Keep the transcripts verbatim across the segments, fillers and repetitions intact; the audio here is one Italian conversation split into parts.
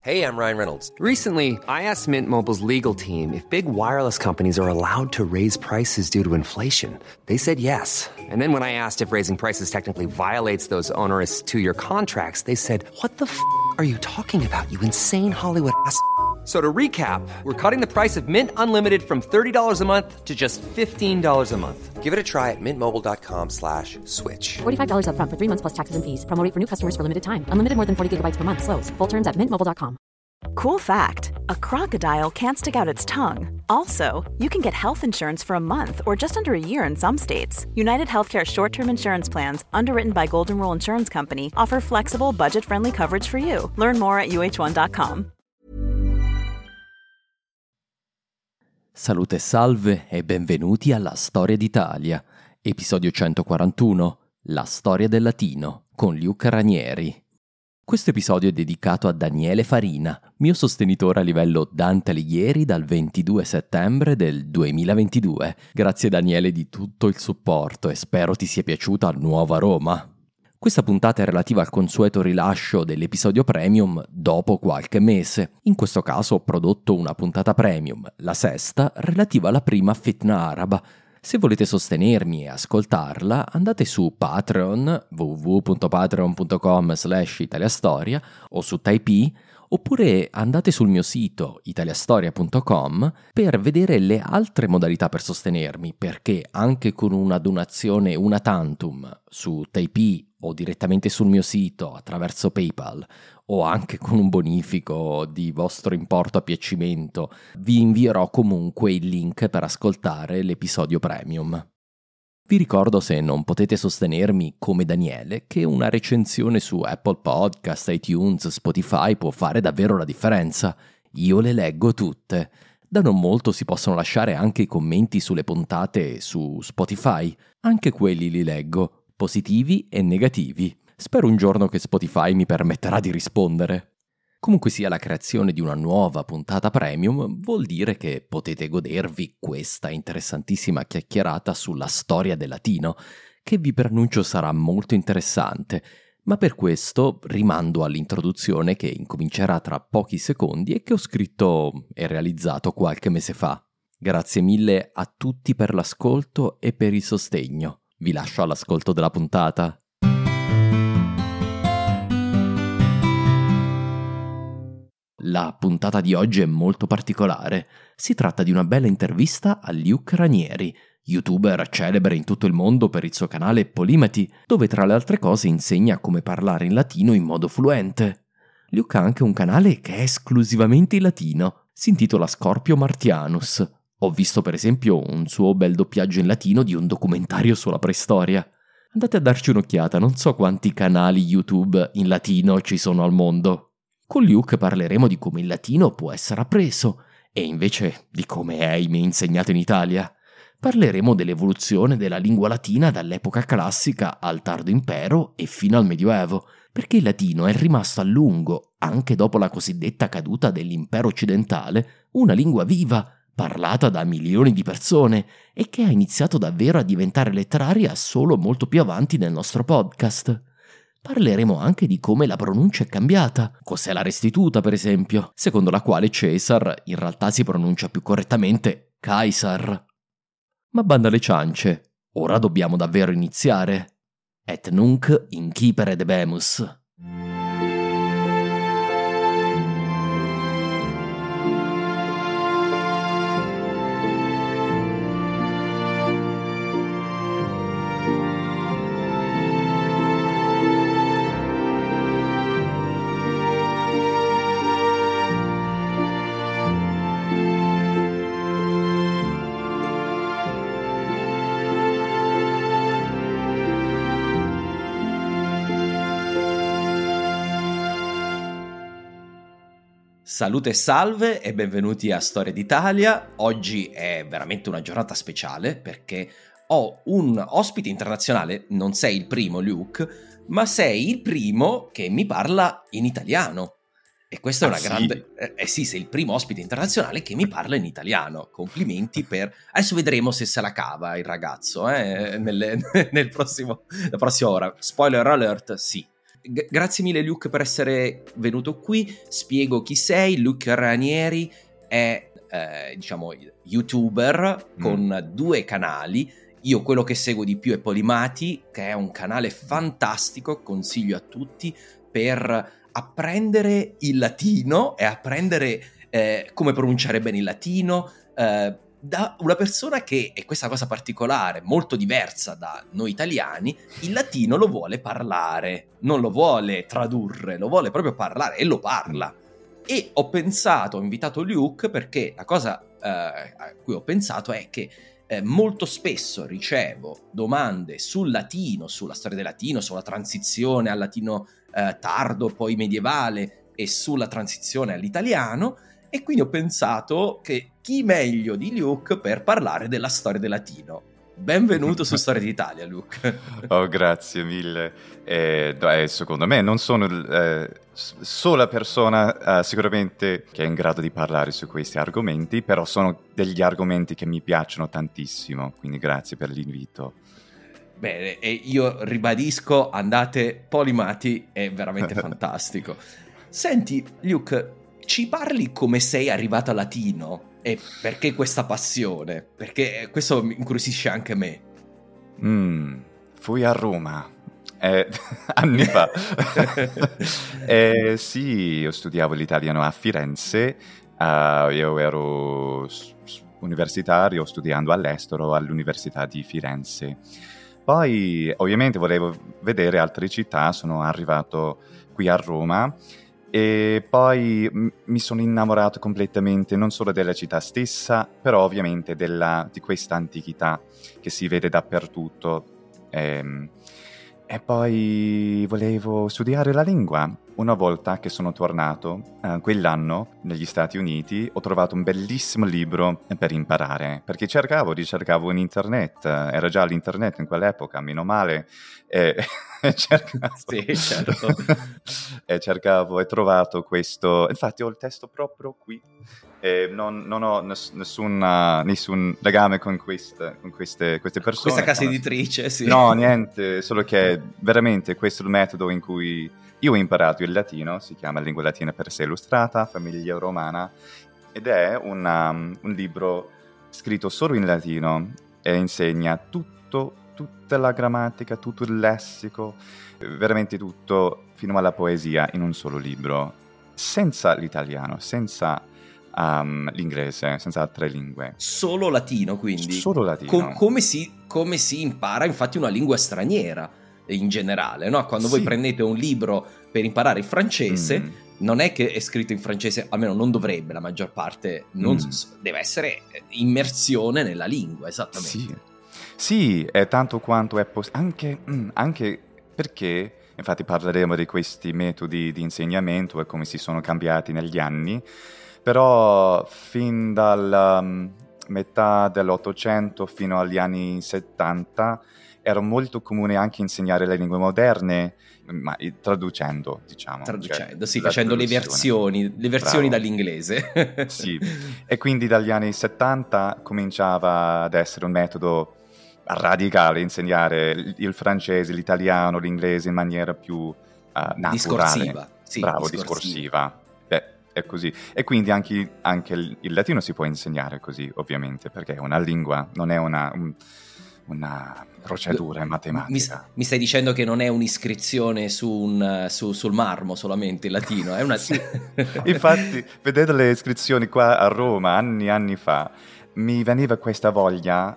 Hey, I'm Ryan Reynolds. Recently, I asked Mint Mobile's legal team if big wireless companies are allowed to raise prices due to inflation. They said yes. And then when I asked if raising prices technically violates those onerous two-year contracts, they said, what the f*** are you talking about, you insane Hollywood ass f- So to recap, we're cutting the price of Mint Unlimited from thirty dollars a month to just fifteen dollars a month. Give it a try at mintmobile.com slash switch. forty-five dollars up front for three months plus taxes and fees. Promo rate for new customers for limited time. Unlimited more than forty gigabytes per month. Slows full terms at mint mobile dot com. Cool fact, a crocodile can't stick out its tongue. Also, you can get health insurance for a month or just under a year in some states. United Healthcare short-term insurance plans, underwritten by Golden Rule Insurance Company, offer flexible, budget-friendly coverage for you. Learn more at u h one dot com. Salute e salve e benvenuti alla Storia d'Italia, episodio centoquarantuno, La storia del latino, con Luca Ranieri. Questo episodio è dedicato a Daniele Farina, mio sostenitore a livello Dante Alighieri dal ventidue settembre del duemilaventidue. Grazie Daniele di tutto il supporto e spero ti sia piaciuta Nuova Roma. Questa puntata è relativa al consueto rilascio dell'episodio premium dopo qualche mese. In questo caso ho prodotto una puntata premium, la sesta, relativa alla prima fitna araba. Se volete sostenermi e ascoltarla, andate su Patreon, w w w punto patreon punto com slash italiastoria, o su Typee, oppure andate sul mio sito italiastoria punto com per vedere le altre modalità per sostenermi, perché anche con una donazione una tantum su Typee o direttamente sul mio sito attraverso PayPal, o anche con un bonifico di vostro importo a piacimento, vi invierò comunque il link per ascoltare l'episodio premium. Vi ricordo, se non potete sostenermi come Daniele, che una recensione su Apple Podcast, iTunes, Spotify può fare davvero la differenza. Io le leggo tutte. Da non molto si possono lasciare anche i commenti sulle puntate su Spotify. Anche quelli li leggo, positivi e negativi. Spero un giorno che Spotify mi permetterà di rispondere. Comunque sia, la creazione di una nuova puntata premium vuol dire che potete godervi questa interessantissima chiacchierata sulla storia del latino, che vi preannuncio sarà molto interessante, ma per questo rimando all'introduzione che incomincerà tra pochi secondi e che ho scritto e realizzato qualche mese fa. Grazie mille a tutti per l'ascolto e per il sostegno. Vi lascio all'ascolto della puntata. La puntata di oggi è molto particolare. Si tratta di una bella intervista a Luca Ranieri, youtuber celebre in tutto il mondo per il suo canale Polimati, dove tra le altre cose insegna come parlare in latino in modo fluente. Luca ha anche un canale che è esclusivamente in latino, si intitola Scorpio Martianus. Ho visto per esempio un suo bel doppiaggio in latino di un documentario sulla preistoria. Andate a darci un'occhiata, non so quanti canali YouTube in latino ci sono al mondo. Con Luke parleremo di come il latino può essere appreso e invece di come è, ahimè, insegnato in Italia. Parleremo dell'evoluzione della lingua latina dall'epoca classica al tardo impero e fino al Medioevo, perché il latino è rimasto a lungo, anche dopo la cosiddetta caduta dell'impero occidentale, una lingua viva, parlata da milioni di persone e che ha iniziato davvero a diventare letteraria solo molto più avanti nel nostro podcast. Parleremo anche di come la pronuncia è cambiata, cos'è la restituta per esempio, secondo la quale Caesar in realtà si pronuncia più correttamente Caesar. Ma banda alle ciance, ora dobbiamo davvero iniziare. Et nunc incipere debemus. Salute e salve e benvenuti a Storia d'Italia. Oggi è veramente una giornata speciale perché ho un ospite internazionale. Non sei il primo, Luke, ma sei il primo che mi parla in italiano. E questa è una ah, grande... Sì? Eh, eh sì, sei il primo ospite internazionale che mi parla in italiano. Complimenti per... Adesso vedremo se se la cava il ragazzo, eh, nel, nel prossimo, la prossima ora. Spoiler alert, sì. g- grazie mille Luke per essere venuto qui. Spiego chi sei. Luca Ranieri è eh, diciamo youtuber mm. con due canali. Io quello che seguo di più è Polimati, che è un canale fantastico, consiglio a tutti, per apprendere il latino e apprendere eh, come pronunciare bene il latino eh, da una persona che, e questa cosa particolare, molto diversa da noi italiani, il latino lo vuole parlare, non lo vuole tradurre, lo vuole proprio parlare e lo parla. E ho pensato, ho invitato Luke perché la cosa eh, a cui ho pensato è che Eh, molto spesso ricevo domande sul latino, sulla storia del latino, sulla transizione al latino eh, tardo, poi medievale, e sulla transizione all'italiano, e quindi ho pensato che chi meglio di Luke per parlare della storia del latino. Benvenuto su Storia d'Italia, Luke. Oh, grazie mille. Eh, eh, secondo me non sono eh, sola persona eh, sicuramente che è in grado di parlare su questi argomenti, però sono degli argomenti che mi piacciono tantissimo, quindi grazie per l'invito. Bene, e io ribadisco, andate Polimati, è veramente fantastico. Senti, Luke, ci parli come sei arrivato al latino? E perché questa passione? Perché questo mi incuriosisce anche me. Mm, fui a Roma eh, anni fa. eh, sì, io studiavo l'italiano a Firenze. Uh, io ero universitario studiando all'estero all'Università di Firenze. Poi, ovviamente, volevo vedere altre città. Sono arrivato qui a Roma. E poi m- mi sono innamorato completamente non solo della città stessa, però ovviamente della, di questa antichità che si vede dappertutto. E, e poi volevo studiare la lingua. Una volta che sono tornato, eh, quell'anno, negli Stati Uniti, ho trovato un bellissimo libro per imparare, perché cercavo, ricercavo in internet, era già l'internet in quell'epoca, meno male, e, e cercavo, sì, certo. e cercavo e trovato questo, infatti ho il testo proprio qui, e non, non ho ness, nessuna, nessun legame con queste, con queste, queste persone. Questa casa editrice, sì. No, niente, solo che veramente questo è il metodo in cui io ho imparato il latino, si chiama Lingua Latina per sé illustrata, Famiglia Romana, ed è una, un libro scritto solo in latino e insegna tutto, tutta la grammatica, tutto il lessico, veramente tutto, fino alla poesia in un solo libro, senza l'italiano, senza um, l'inglese, senza altre lingue. Solo latino, quindi? Solo latino. Com- come, si, come si impara infatti una lingua straniera? In generale, no? Quando sì. voi prendete un libro per imparare il francese, mm. non è che è scritto in francese, almeno non dovrebbe, la maggior parte non mm. deve essere immersione nella lingua, esattamente. Sì, sì, è tanto quanto è possibile, anche, mm, anche perché, infatti parleremo di questi metodi di insegnamento e come si sono cambiati negli anni, però fin dalla um, metà dell'Ottocento fino agli anni settanta era molto comune anche insegnare le lingue moderne, ma traducendo, diciamo. Traducendo, cioè, sì, facendo le versioni, le versioni Bravo. Dall'inglese. Sì, e quindi dagli anni settanta cominciava ad essere un metodo radicale, insegnare il francese, l'italiano, l'inglese in maniera più uh, naturale. Discorsiva. Sì, Bravo, discorsiva. discorsiva. Beh, è così. E quindi anche, anche il, il latino si può insegnare così, ovviamente, perché è una lingua, non è una... Un, una procedura matematica. Mi, mi stai dicendo che non è un'iscrizione su un, su, sul marmo solamente in latino, è una... Sì. Infatti, vedete le iscrizioni qua a Roma anni e anni fa, mi veniva questa voglia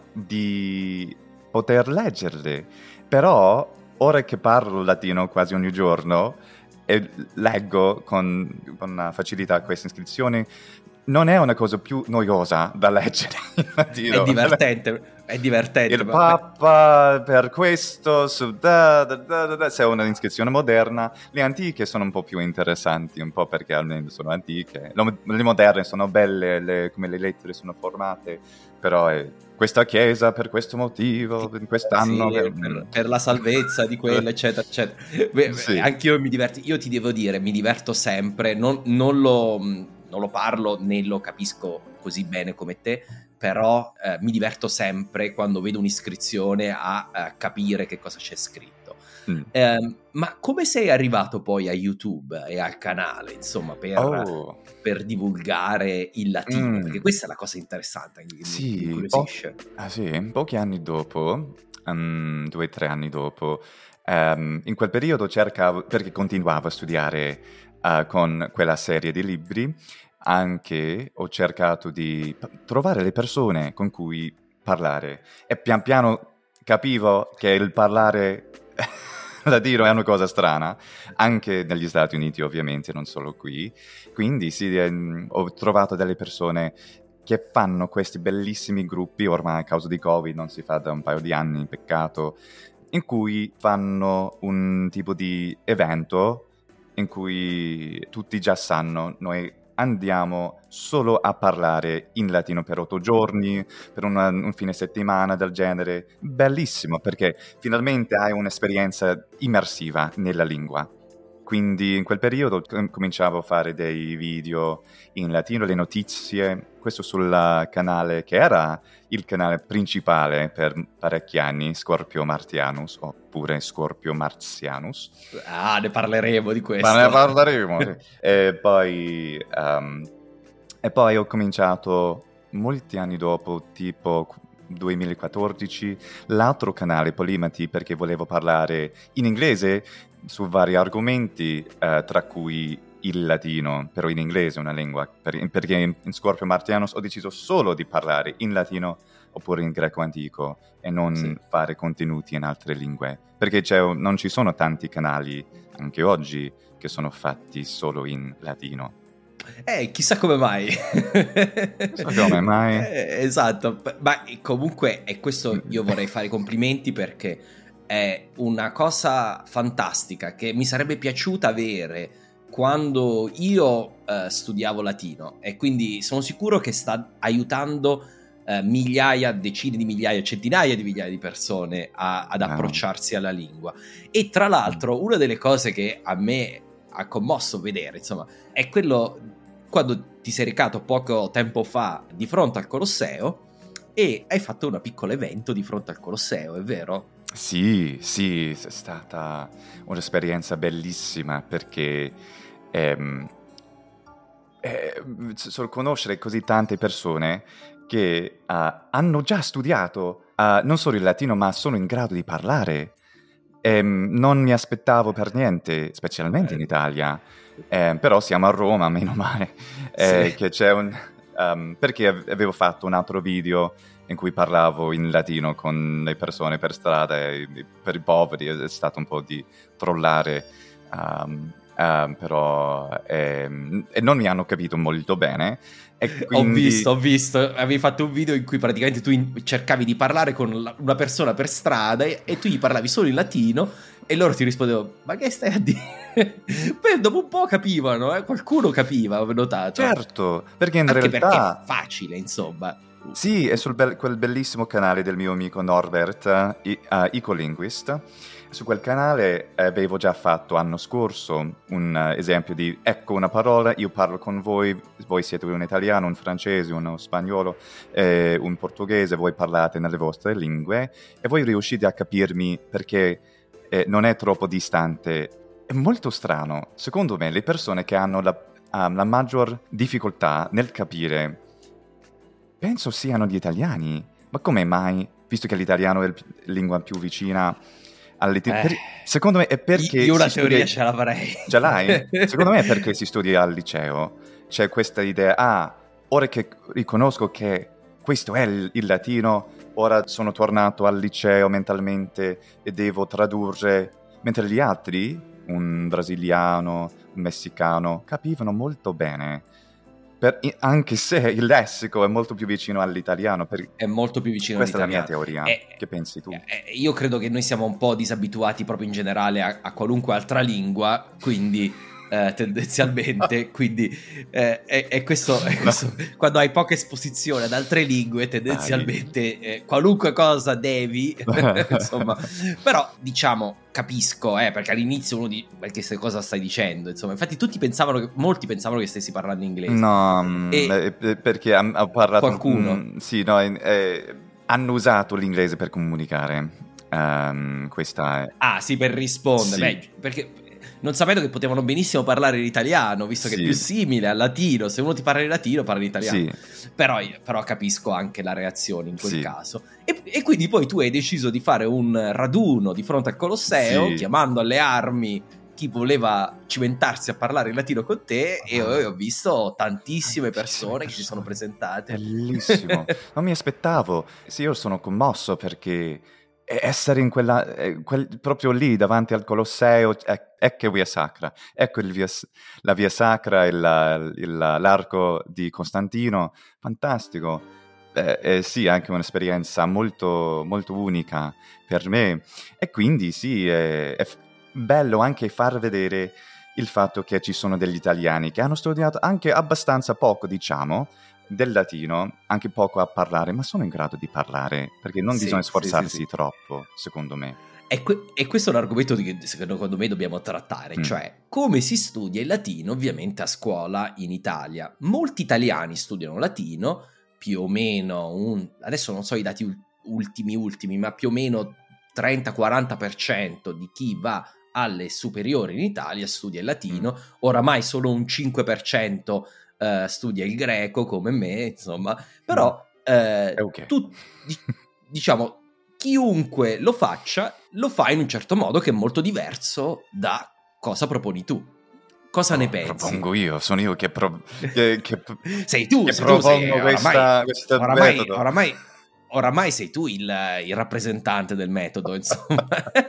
di poter leggerle, però ora che parlo latino quasi ogni giorno e leggo con, con facilità queste iscrizioni, non è una cosa più noiosa da leggere in latino. È divertente, è divertente. Il Papa per questo, su da, da, da, da, se è un'iscrizione moderna. Le antiche sono un po' più interessanti, un po' perché almeno sono antiche. Le moderne sono belle, le, come le lettere sono formate, però è questa chiesa per questo motivo, in quest'anno. Sì, per, per la salvezza di quella, eccetera, eccetera. Beh, sì. Anch'io mi diverto, io ti devo dire, mi diverto sempre, non, non lo... non lo parlo né lo capisco così bene come te, però eh, mi diverto sempre quando vedo un'iscrizione a, a capire che cosa c'è scritto. Mm. Eh, ma come sei arrivato poi a YouTube e al canale, insomma, per, oh. per divulgare il latino? Mm. Perché questa è la cosa interessante, che sì, mi incuriosisce. Po- ah, sì, pochi anni dopo, um, due o tre anni dopo, um, in quel periodo cercavo, perché continuavo a studiare uh, con quella serie di libri, anche ho cercato di p- trovare le persone con cui parlare e pian piano capivo che il parlare latino è una cosa strana, anche negli Stati Uniti ovviamente, non solo qui. Quindi sì, ehm, ho trovato delle persone che fanno questi bellissimi gruppi, ormai a causa di Covid non si fa da un paio di anni, peccato, in cui fanno un tipo di evento in cui tutti già sanno, noi andiamo solo a parlare in latino per otto giorni, per una, un fine settimana del genere. Bellissimo, perché finalmente hai un'esperienza immersiva nella lingua. Quindi in quel periodo com- cominciavo a fare dei video in latino, le notizie, questo sul canale che era il canale principale per parecchi anni, Scorpio Martianus, oppure Scorpio Martianus. Ah, ne parleremo di questo. Ma ne parleremo, sì. E poi, um, e poi ho cominciato molti anni dopo, tipo duemilaquattordici, l'altro canale Polimati, perché volevo parlare in inglese su vari argomenti, eh, tra cui il latino, però in inglese, una lingua, per, perché in, in Scorpio Martianus ho deciso solo di parlare in latino oppure in greco antico e non sì. fare contenuti in altre lingue, perché c'è, non ci sono tanti canali anche oggi che sono fatti solo in latino. Eh, chissà come mai. Chissà come mai. Eh, esatto, ma comunque, e questo io vorrei fare i complimenti perché è una cosa fantastica che mi sarebbe piaciuta avere quando io eh, studiavo latino, e quindi sono sicuro che sta aiutando eh, migliaia, decine di migliaia, centinaia di migliaia di persone a, ad approcciarsi alla lingua. E tra l'altro una delle cose che a me ha commosso vedere, insomma, è quello quando ti sei recato poco tempo fa di fronte al Colosseo e hai fatto un piccolo evento di fronte al Colosseo, è vero? Sì, sì, è stata un'esperienza bellissima perché ehm, eh, solo conoscere così tante persone che uh, hanno già studiato uh, non solo il latino ma sono in grado di parlare. Ehm, non mi aspettavo per niente, specialmente in Italia, eh, però siamo a Roma, meno male, eh, sì. Che c'è un... Um, perché avevo fatto un altro video in cui parlavo in latino con le persone per strada e per i poveri, è stato un po' di trollare, um, um, però ehm, e non mi hanno capito molto bene. E quindi... Ho visto, ho visto, avevi fatto un video in cui praticamente tu in- cercavi di parlare con la- una persona per strada e-, e tu gli parlavi solo in latino e loro ti rispondevano, ma che stai a dire? Poi dopo un po' capivano, eh? Qualcuno capiva, ho notato. Certo, perché in Anche realtà... perché è facile, insomma. Sì, è sul be- quel bellissimo canale del mio amico Norbert, uh, I- uh, Ecolinguist. Su quel canale eh, avevo già fatto l'anno scorso un uh, esempio di ecco una parola, io parlo con voi, voi siete un italiano, un francese, uno spagnolo, eh, un portoghese, voi parlate nelle vostre lingue e voi riuscite a capirmi perché eh, non è troppo distante. È molto strano. Secondo me le persone che hanno la, um, la maggior difficoltà nel capire penso siano gli italiani. Ma come mai, visto che l'italiano è la lingua più vicina alle... Eh, per... Secondo me è perché... Io una studia... teoria ce l'avrei. Ce l'hai? Secondo me è perché si studia al liceo. C'è questa idea, ah, ora che riconosco che questo è il, il latino, ora sono tornato al liceo mentalmente e devo tradurre, mentre gli altri, un brasiliano, un messicano, capivano molto bene. Per, anche se il lessico è molto più vicino all'italiano. Per... È molto più vicino Questa all'italiano. Questa è la mia teoria. Eh, che pensi tu? Eh, io credo che noi siamo un po' disabituati proprio in generale a, a qualunque altra lingua, quindi eh, tendenzialmente, quindi eh, è, è questo, è questo no. Quando hai poca esposizione ad altre lingue, tendenzialmente eh, qualunque cosa devi, insomma. Però diciamo, capisco, eh, perché all'inizio uno dice, ma che cosa stai dicendo? Insomma, infatti tutti pensavano che, molti pensavano che stessi parlando inglese. No, e perché ho parlato... Qualcuno? Mh, sì, no, eh, hanno usato l'inglese per comunicare. Um, questa è... Ah sì, per rispondere, Sì. Beh, perché non sapendo che potevano benissimo parlare l'italiano, visto che Sì. è più simile al latino, se uno ti parla in latino parla in italiano. Sì. Però, però capisco anche la reazione in quel Sì. caso. E, e quindi poi tu hai deciso di fare un raduno di fronte al Colosseo, Sì. chiamando alle armi chi voleva cimentarsi a parlare in latino con te, e ho, ho visto tantissime persone che si sono presentate. Bellissimo. Non mi aspettavo. Sì, io sono commosso perché essere in quella, eh, quel, proprio lì davanti al Colosseo, è, ecco via sacra, ecco il via, la via sacra, il, il, l'arco di Costantino, fantastico. Eh, eh, sì, anche un'esperienza molto, molto unica per me, e quindi sì, è, è bello anche far vedere il fatto che ci sono degli italiani che hanno studiato anche abbastanza poco, diciamo, del latino, anche poco a parlare, ma sono in grado di parlare, perché non Sì, bisogna sì, sforzarsi sì, sì. troppo, secondo me. E, que- e questo è un argomento che secondo me dobbiamo trattare, Mm. cioè come si studia il latino ovviamente a scuola in Italia. Molti italiani studiano latino, più o meno, un, adesso non so i dati ul- ultimi ultimi, ma più o meno trenta quaranta per cento di chi va alle superiori in Italia studia il latino, Mm. oramai solo un cinque per cento eh, studia il greco come me, insomma, però eh, Ok. tu, di- diciamo, chiunque lo faccia, lo fa in un certo modo che è molto diverso da cosa proponi tu. Cosa ne Oh, pensi? propongo io, sono io che, pro- che, che, Sei tu, che sei tu, sei, propongo oramai, questa, questo oramai, metodo. oramai, oramai sei tu il, il rappresentante del metodo, insomma.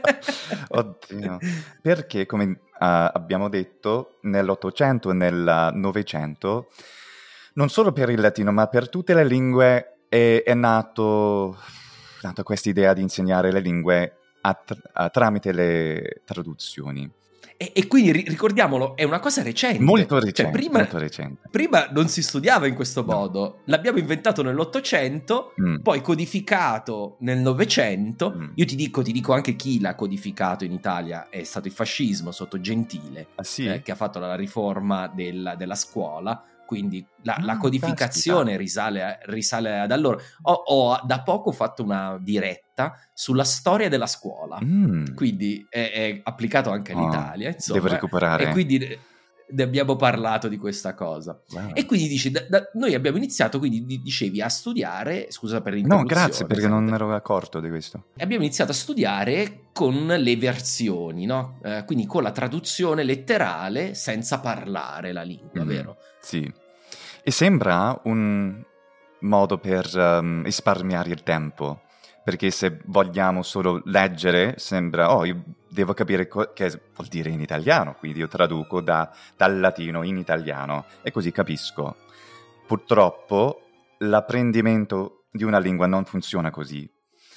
Oddio. Perché, come uh, abbiamo detto, nell'Ottocento e nel Novecento, non solo per il latino, ma per tutte le lingue, è, è nato, nato questa idea di insegnare le lingue a tra- a, tramite le traduzioni. E, e quindi ri- ricordiamolo, è una cosa recente. Molto recente, Cioè, prima, molto recente. prima non si studiava in questo No. modo. L'abbiamo inventato nell'Ottocento, Mm. poi codificato nel Novecento. Mm. Io ti dico, ti dico anche chi l'ha codificato in Italia. È stato il fascismo sotto Gentile, Ah, sì? eh, che ha fatto la riforma della, della scuola. Quindi la, Ah, la codificazione risale, a- risale ad allora. Ho, ho da poco fatto una diretta sulla storia della scuola. Mm. Quindi è, è applicato anche Oh, all'Italia, insomma. devo recuperare. E quindi ne- ne abbiamo parlato di questa cosa. Wow. E quindi dici, da- da- noi abbiamo iniziato, quindi di- dicevi, a studiare, scusa per No, l'interruzione. grazie, perché non ero accorto di questo. Abbiamo iniziato a studiare con le versioni, no? Eh, quindi con la traduzione letterale senza parlare la lingua, Mm. vero? Sì. E sembra un modo per um, risparmiare il tempo, perché se vogliamo solo leggere, sembra, oh, io devo capire co- che vuol dire in italiano, quindi io traduco da, dal latino in italiano e così capisco. Purtroppo l'apprendimento di una lingua non funziona così.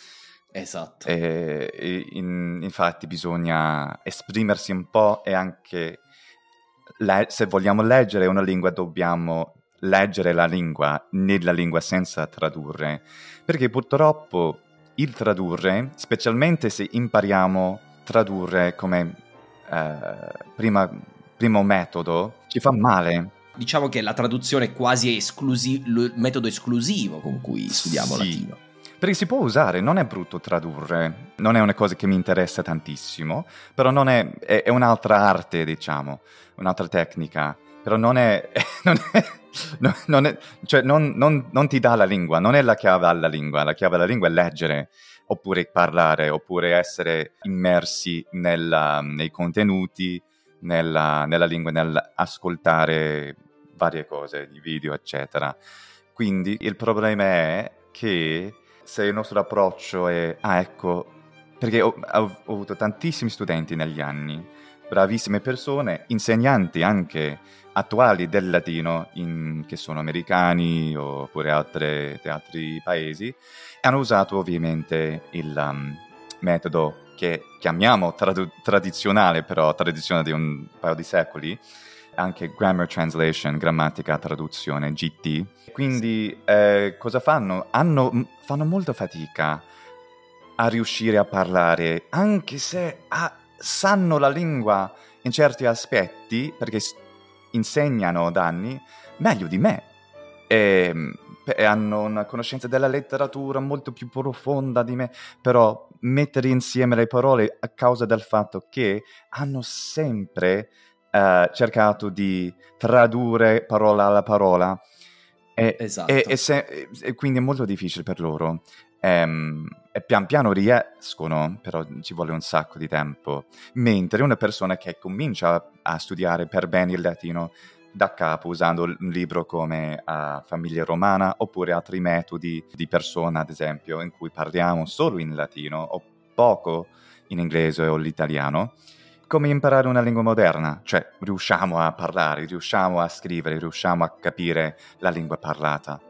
Esatto. E, e in- infatti bisogna esprimersi un po' e anche le- se vogliamo leggere una lingua dobbiamo leggere la lingua nella lingua senza tradurre, perché purtroppo il tradurre, specialmente se impariamo a tradurre come eh, prima, primo metodo, ci fa male. Diciamo che la traduzione è quasi esclusi- il metodo esclusivo con cui studiamo Sì. latino. Perché si può usare, non è brutto tradurre, non è una cosa che mi interessa tantissimo, però non è, è, è un'altra arte, diciamo, un'altra tecnica, però non è, non è, no, non è cioè non, non, non ti dà la lingua, non è la chiave alla lingua, la chiave alla lingua è leggere, oppure parlare, oppure essere immersi nella, nei contenuti, nella, nella lingua, nell'ascoltare varie cose, di video, eccetera. Quindi il problema è che se il nostro approccio è, ah ecco, perché ho, ho, ho avuto tantissimi studenti negli anni, bravissime persone, insegnanti anche attuali del latino, in, che sono americani oppure altre, di altri paesi, hanno usato ovviamente il um, metodo che chiamiamo tradu- tradizionale, però tradizionale di un paio di secoli, anche grammar translation, grammatica traduzione, G T. Quindi eh, cosa fanno? Hanno, fanno molta fatica a riuscire a parlare, anche se ah, sanno la lingua in certi aspetti, perché s- insegnano da anni, meglio di me. E, e hanno una conoscenza della letteratura molto più profonda di me, però mettere insieme le parole a causa del fatto che hanno sempre uh, cercato di tradurre parola alla parola. E, esatto. e, e, se, e quindi è molto difficile per loro. Um, e pian piano riescono, però ci vuole un sacco di tempo. Mentre una persona che comincia a studiare per bene il latino da capo usando un libro come uh, Famiglia Romana oppure altri metodi di persona, ad esempio, in cui parliamo solo in latino o poco in inglese o l'italiano, come imparare una lingua moderna, cioè riusciamo a parlare, riusciamo a scrivere, riusciamo a capire la lingua parlata.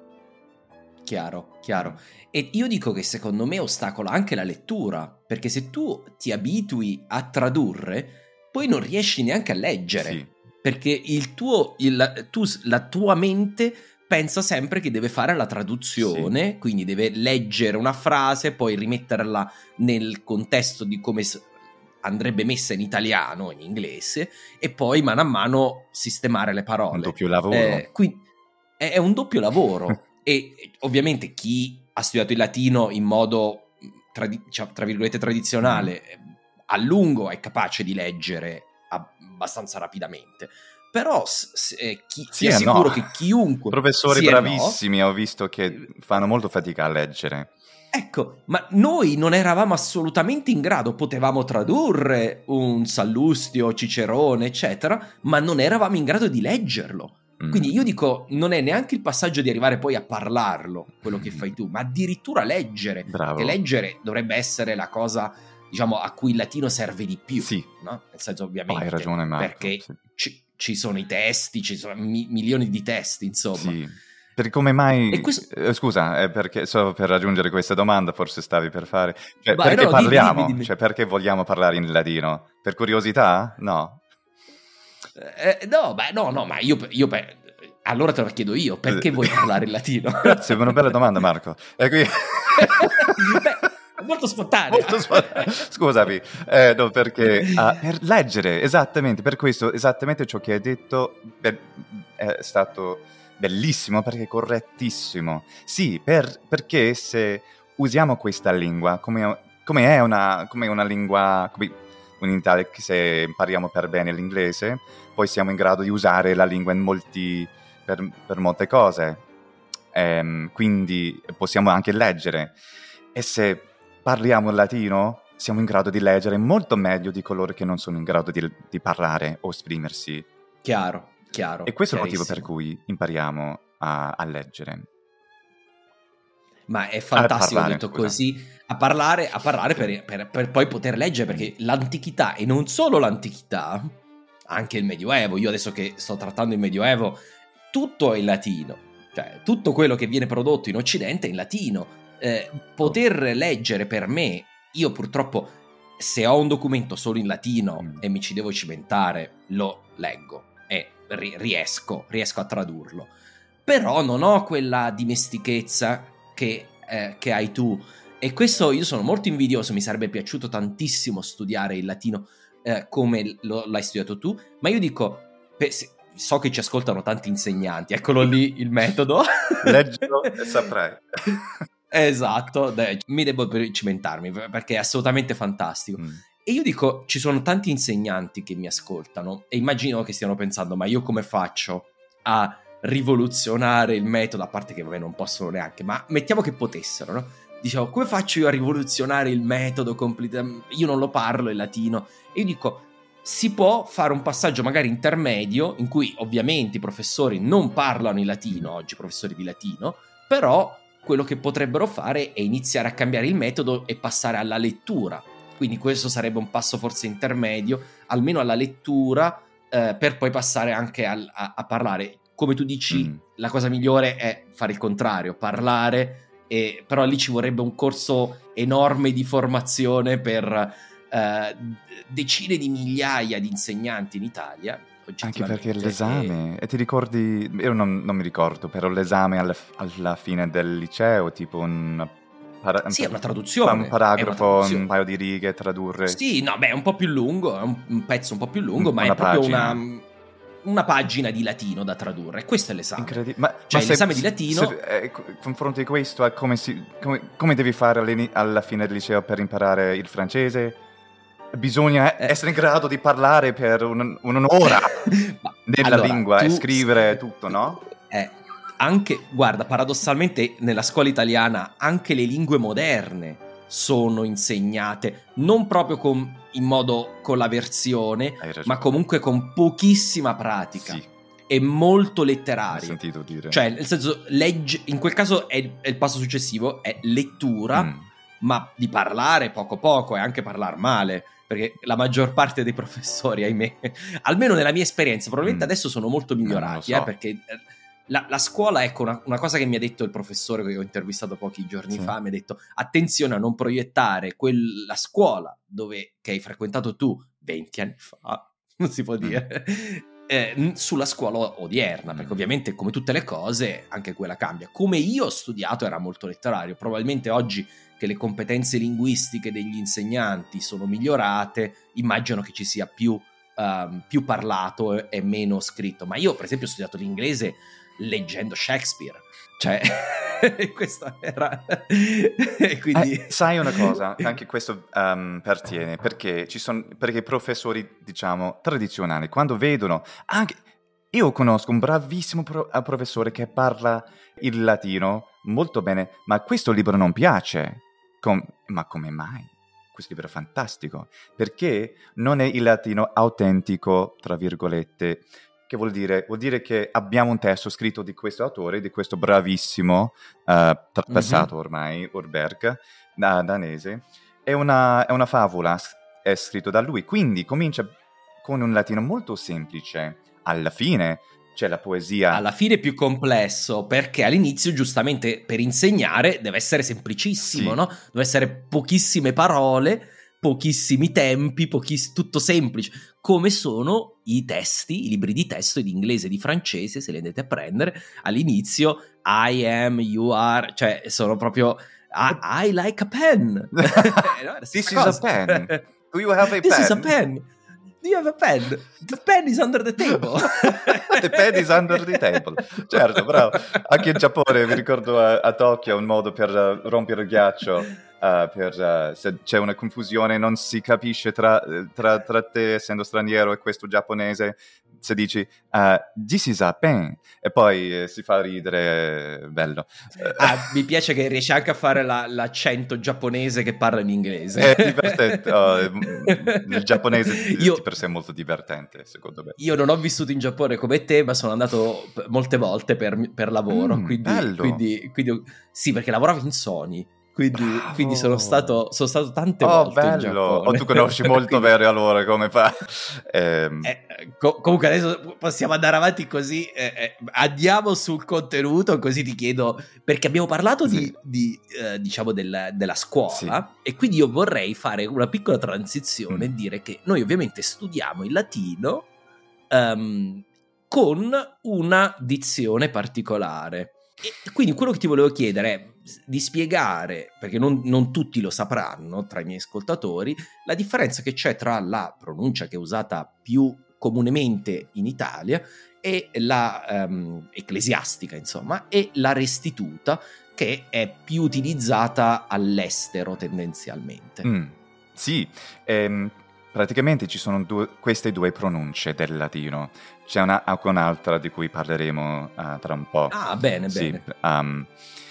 Chiaro, chiaro. E io dico che secondo me ostacola anche la lettura, perché se tu ti abitui a tradurre, poi non riesci neanche a leggere, Sì. perché il tuo, il, tu, la tua mente pensa sempre che deve fare la traduzione, sì. Quindi deve leggere una frase, poi rimetterla nel contesto di come andrebbe messa in italiano, in inglese, e poi mano a mano sistemare le parole. Un doppio lavoro. Eh, quindi è, è un doppio lavoro. E ovviamente chi ha studiato il latino in modo, tradi- tra virgolette, tradizionale, mm. a lungo è capace di leggere abbastanza rapidamente. Però s- eh, chi, sì, ti assicuro no. che chiunque... Professori sì bravissimi, no, ho visto che fanno molto fatica a leggere. Ecco, ma noi non eravamo assolutamente in grado, potevamo tradurre un Sallustio, Cicerone, eccetera, ma non eravamo in grado di leggerlo. Mm. Quindi io dico, non è neanche il passaggio di arrivare poi a parlarlo, quello che fai tu, ma addirittura leggere. Bravo. Che leggere dovrebbe essere la cosa, diciamo, a cui il latino serve di più. Sì. No? Nel senso, ovviamente. Oh, hai ragione, Marco. Perché sì. ci, ci sono i testi, ci sono mi- milioni di testi, insomma. Sì. Perché come mai... questo... eh, scusa, è perché solo per raggiungere questa domanda forse stavi per fare... Cioè, Vai, perché no, parliamo? dimmi, dimmi, dimmi. Cioè, perché vogliamo parlare in latino? Per curiosità? No. Eh, no, beh, no, no, ma io... io beh, allora te lo chiedo io, perché vuoi parlare in latino? Grazie, è una bella domanda, Marco. E qui... Beh, molto spontanea. Molto spontanea. Scusami, eh, no, perché uh, per leggere, esattamente, per questo, esattamente ciò che hai detto beh, è stato bellissimo, perché è correttissimo. Sì, per, perché se usiamo questa lingua come, come è una, come una lingua, come in Italia, se impariamo per bene l'inglese, poi siamo in grado di usare la lingua in molti... Per, per molte cose, ehm, quindi possiamo anche leggere, e se parliamo il latino siamo in grado di leggere molto meglio di coloro che non sono in grado di, di parlare o esprimersi. Chiaro, chiaro. E questo è il motivo per cui impariamo a, a leggere. Ma è fantastico, parlare, detto scusa. così, a parlare, a parlare per, per, per poi poter leggere, perché l'antichità, e non solo l'antichità, anche il Medioevo, io adesso che sto trattando il Medioevo, tutto è in latino, cioè tutto quello che viene prodotto in Occidente è in latino. Eh, poter leggere per me, io purtroppo se ho un documento solo in latino mm. e mi ci devo cimentare, lo leggo e ri- riesco, riesco a tradurlo. Però non ho quella dimestichezza che, eh, che hai tu, e questo io sono molto invidioso. Mi sarebbe piaciuto tantissimo studiare il latino eh, come lo, l'hai studiato tu, ma io dico... Per, se, so che ci ascoltano tanti insegnanti, eccolo lì il metodo. Leggilo e saprai. Esatto, dai, mi devo cimentarmi perché è assolutamente fantastico. Mm. E io dico, ci sono tanti insegnanti che mi ascoltano e immagino che stiano pensando, ma io come faccio a rivoluzionare il metodo? A parte che vabbè non possono neanche, ma mettiamo che potessero, no? Dicevo, come faccio io a rivoluzionare il metodo completamente? Io non lo parlo in latino. E io dico, si può fare un passaggio magari intermedio in cui ovviamente i professori non parlano in latino, oggi professori di latino, però quello che potrebbero fare è iniziare a cambiare il metodo e passare alla lettura. Quindi questo sarebbe un passo forse intermedio, almeno alla lettura, eh, per poi passare anche al, a, a parlare. Come tu dici, mm. la cosa migliore è fare il contrario, parlare, e, però lì ci vorrebbe un corso enorme di formazione per... Uh, decine di migliaia di insegnanti in Italia, anche perché l'esame, e... e ti ricordi, io non, non mi ricordo, però l'esame alla, alla fine del liceo, tipo un, para, sì, è una traduzione, un paragrafo, una traduzione. Un paio di righe, tradurre. Sì, no, beh, è un po' più lungo, è un, un pezzo un po' più lungo, un, ma una è proprio pagina. una una pagina di latino da tradurre. Questo è l'esame. Incredibile. Ma, cioè ma l'esame se, di latino... Se, eh, confronti questo a come, si, come, come devi fare alla fine del liceo per imparare il francese? Bisogna eh. essere in grado di parlare per un, un'ora nella allora, lingua tu... e scrivere tutto, no? Eh, anche, guarda, paradossalmente nella scuola italiana anche le lingue moderne sono insegnate, non proprio con, in modo con la versione, ma comunque con pochissima pratica. Sì. E molto letterario. Ho sentito dire. Cioè, nel senso, legge, in quel caso è, è il passo successivo, è lettura, mm. ma di parlare poco poco e anche parlare male. Perché la maggior parte dei professori, ahimè, almeno nella mia esperienza, probabilmente mm. adesso sono molto migliorati, so. eh, perché la, la scuola, ecco, una, una cosa che mi ha detto il professore che ho intervistato pochi giorni sì. fa, mi ha detto attenzione a non proiettare quella scuola dove, che hai frequentato tu venti anni fa, non si può dire, mm. eh, sulla scuola odierna, perché ovviamente come tutte le cose anche quella cambia. Come io ho studiato era molto letterario, probabilmente oggi che le competenze linguistiche degli insegnanti sono migliorate, immagino che ci sia più, um, più parlato e meno scritto. Ma io per esempio ho studiato l'inglese leggendo Shakespeare, cioè questa era quindi eh, sai una cosa, anche questo um, pertiene perché ci sono perché i professori diciamo tradizionali quando vedono anche io conosco un bravissimo pro- professore che parla il latino molto bene, ma questo libro non piace. Com- ma come mai? Questo libro è fantastico perché non è il latino autentico, tra virgolette. Che vuol dire? Vuol dire che abbiamo un testo scritto di questo autore, di questo bravissimo, uh, trapassato mm-hmm. ormai, Urberg, da, danese. È una, è una favola, è scritto da lui. Quindi comincia con un latino molto semplice. Alla fine c'è la poesia. Alla fine è più complesso, perché all'inizio, giustamente, per insegnare deve essere semplicissimo, sì. no? Deve essere pochissime parole, pochissimi tempi, pochiss- tutto semplice, come sono i testi, i libri di testo di inglese e di francese, se li andate a prendere, all'inizio I am, you are, cioè sono proprio I, I like a pen. no, This is a pen. Do you have a This pen? is a pen. Do you have a pen? The pen is under the table. The pen is under the table. Certo, bravo. Anche in Giappone, mi ricordo a, a Tokyo, un modo per uh, rompere il ghiaccio. Uh, per, uh, se c'è una confusione, non si capisce tra, tra, tra te, essendo straniero, e questo giapponese, se dici uh, this is a pen, e poi eh, si fa ridere, eh, bello. Ah, mi piace che riesci anche a fare la, l'accento giapponese che parla in inglese. È divertente. Oh, il giapponese io, di per sé è molto divertente, secondo me. Io non ho vissuto in Giappone come te, ma sono andato molte volte per, per lavoro, mm, quindi, quindi, quindi sì, perché lavoravo in Sony. Quindi, quindi sono stato sono stato tante oh, volte bello. in Giappone. Oh, tu conosci molto quindi... bene allora come fa. Eh, eh, co- comunque adesso possiamo andare avanti così, eh, eh, andiamo sul contenuto, così ti chiedo, perché abbiamo parlato sì. di, di eh, diciamo del, della scuola sì. e quindi io vorrei fare una piccola transizione e mm. dire che noi ovviamente studiamo il latino um, con una dizione particolare. E quindi quello che ti volevo chiedere è di spiegare, perché non, non tutti lo sapranno tra i miei ascoltatori, la differenza che c'è tra la pronuncia che è usata più comunemente in Italia e la um, ecclesiastica, insomma, e la restituta, che è più utilizzata all'estero tendenzialmente. Mm, sì, ehm, praticamente ci sono due, queste due pronunce del latino. C'è una, anche un'altra di cui parleremo uh, tra un po'. Ah, bene, sì, bene. Um,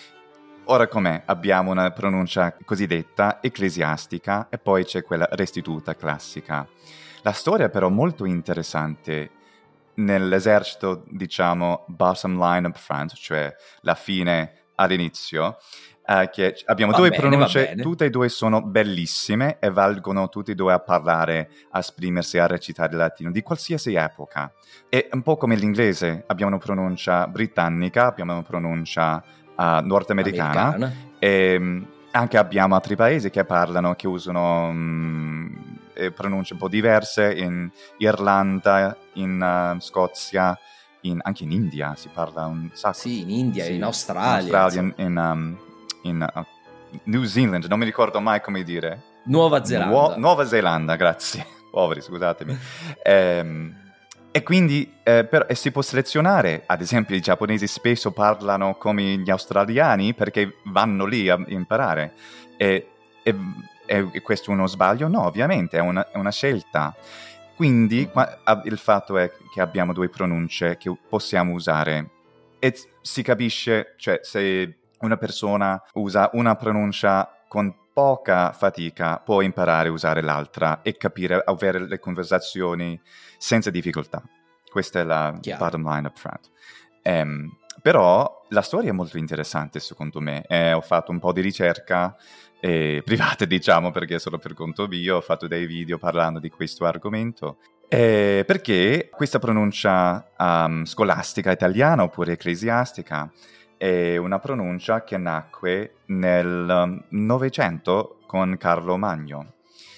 ora com'è? Abbiamo una pronuncia cosiddetta ecclesiastica e poi c'è quella restituta classica. La storia però è molto interessante nell'esercito, diciamo, bottom line up front, cioè la fine all'inizio. Uh, che abbiamo va due bene, pronunce, tutte e due sono bellissime e valgono tutte e due a parlare, a esprimersi, a recitare il latino di qualsiasi epoca. È un po' come l'inglese, abbiamo una pronuncia britannica, abbiamo una pronuncia uh, nordamericana Americana. E um, anche abbiamo altri paesi che parlano, che usano um, pronunce un po' diverse, in Irlanda, in uh, Scozia, in, anche in India si parla un sacco. Sì, in India, sì, in Australia. In Australia, in, in um, in uh, New Zealand, non mi ricordo mai come dire. Nuova Zelanda. Nuo- Nuova Zelanda, grazie. Poveri, scusatemi. ehm, E quindi eh, per, e si può selezionare, ad esempio i giapponesi spesso parlano come gli australiani perché vanno lì a imparare. E, e, e questo è uno sbaglio? No, ovviamente, è una, è una scelta. Quindi qua, il fatto è che abbiamo due pronunce che possiamo usare e si capisce, cioè se una persona usa una pronuncia con poca fatica può imparare a usare l'altra e capire, avere le conversazioni senza difficoltà. Questa è la Chiaro. bottom line up front. Um, però la storia è molto interessante secondo me. Eh, ho fatto un po' di ricerca eh, privata, diciamo, perché solo per conto mio ho fatto dei video parlando di questo argomento. Eh, perché questa pronuncia um, scolastica italiana oppure ecclesiastica è una pronuncia che nacque nel Novecento con Carlo Magno.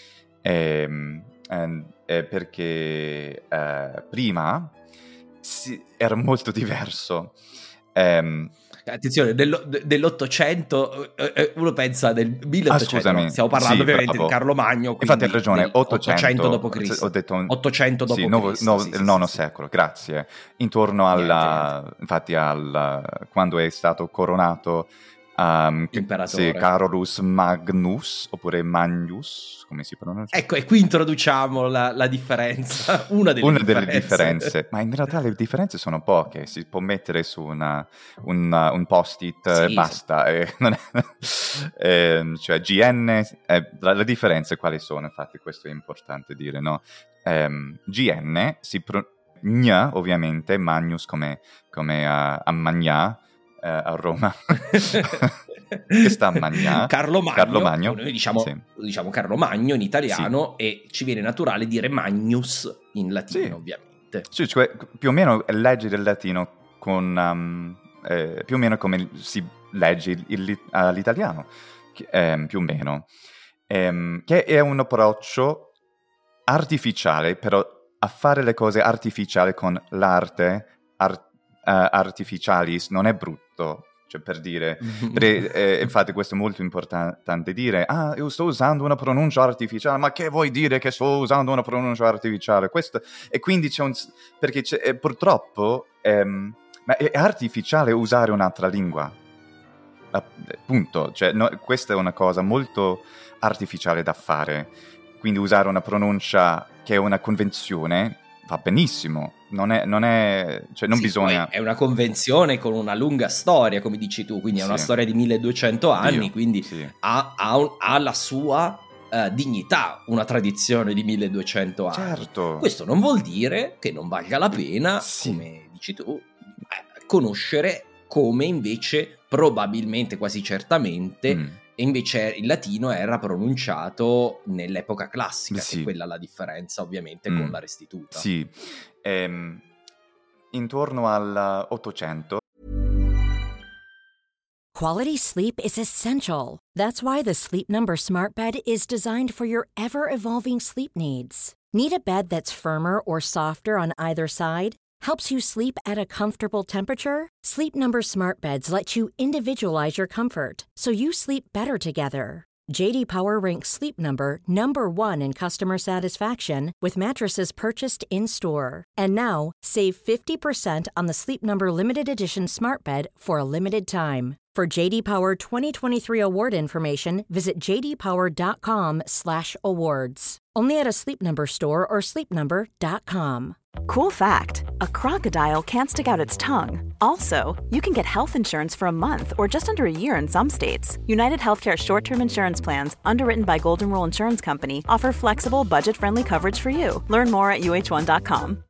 E, e, e perché eh, prima si, era molto diverso. Um, Attenzione, dello, dell'Ottocento eh, uno pensa del milleottocento, ah, no, stiamo parlando sì, ovviamente bravo. di Carlo Magno, infatti hai ragione, ottocento dopo Cristo. Ho detto ottocento dopo sì, no, Cristo, no, sì, il sì, nono sì, secolo, grazie. Intorno alla, niente. infatti al quando è stato coronato um, L'imperatore. sì, Carolus Magnus oppure Magnus, come si pronuncia? Ecco, e qui introduciamo la, la differenza, una delle una differenze. delle differenze, ma in realtà le differenze sono poche, si può mettere su una, una, un post-it Sì, e basta, e non è, eh, cioè G N, eh, la, le differenze quali sono, infatti questo è importante dire, no? Um, G N si pro- gna, ovviamente, Magnus come, come uh, a Magnà, uh, a Roma, che sta a Magnà. Carlo Magno, Carlo Magno. noi diciamo, Sì. diciamo Carlo Magno in italiano, sì. E ci viene naturale dire Magnus in latino, sì. ovviamente. Sì, cioè più o meno leggere il latino con um, eh, più o meno come si legge il, il, uh, l'italiano, eh, più o meno, eh, che è un approccio artificiale, però a fare le cose artificiali con l'arte, art, uh, artificialis, non è brutto. Cioè per dire, per, eh, infatti questo è molto importante dire, ah, io sto usando una pronuncia artificiale, ma che vuoi dire che sto usando una pronuncia artificiale? Questo, e quindi c'è un, perché c'è, eh, purtroppo ehm, ma è artificiale usare un'altra lingua, appunto, cioè, no, questa è una cosa molto artificiale da fare, quindi usare una pronuncia che è una convenzione va benissimo, non è, non è, cioè non sì, bisogna... È una convenzione con una lunga storia, come dici tu, quindi è una sì. storia di milleduecento anni, Dio, quindi sì. ha, ha, un, ha la sua uh, dignità, una tradizione di milleduecento anni. Certo. Questo non vuol dire che non valga la pena, sì. come dici tu, eh, conoscere come invece, probabilmente, quasi certamente... Mm. E invece il latino era pronunciato nell'epoca classica, sì. Che è quella la differenza ovviamente mm. con la restituta. Sì, ehm, intorno all'Ottocento. Quality sleep is essential. That's why the Sleep Number Smart Bed is designed for your ever-evolving sleep needs. Need a bed that's firmer or softer on either side? Helps you sleep at a comfortable temperature? Sleep Number Smart Beds let you individualize your comfort, so you sleep better together. J D Power ranks Sleep Number number one in customer satisfaction with mattresses purchased in-store. And now, save fifty percent on the Sleep Number Limited Edition Smart Bed for a limited time. For J D Power twenty twenty-three award information, visit j d power dot com slash awards. Only at a Sleep Number store or sleep number dot com. Cool fact, a crocodile can't stick out its tongue. Also, you can get health insurance for a month or just under a year in some states. United Healthcare short-term insurance plans, underwritten by Golden Rule Insurance Company, offer flexible, budget-friendly coverage for you. Learn more at u h one dot com.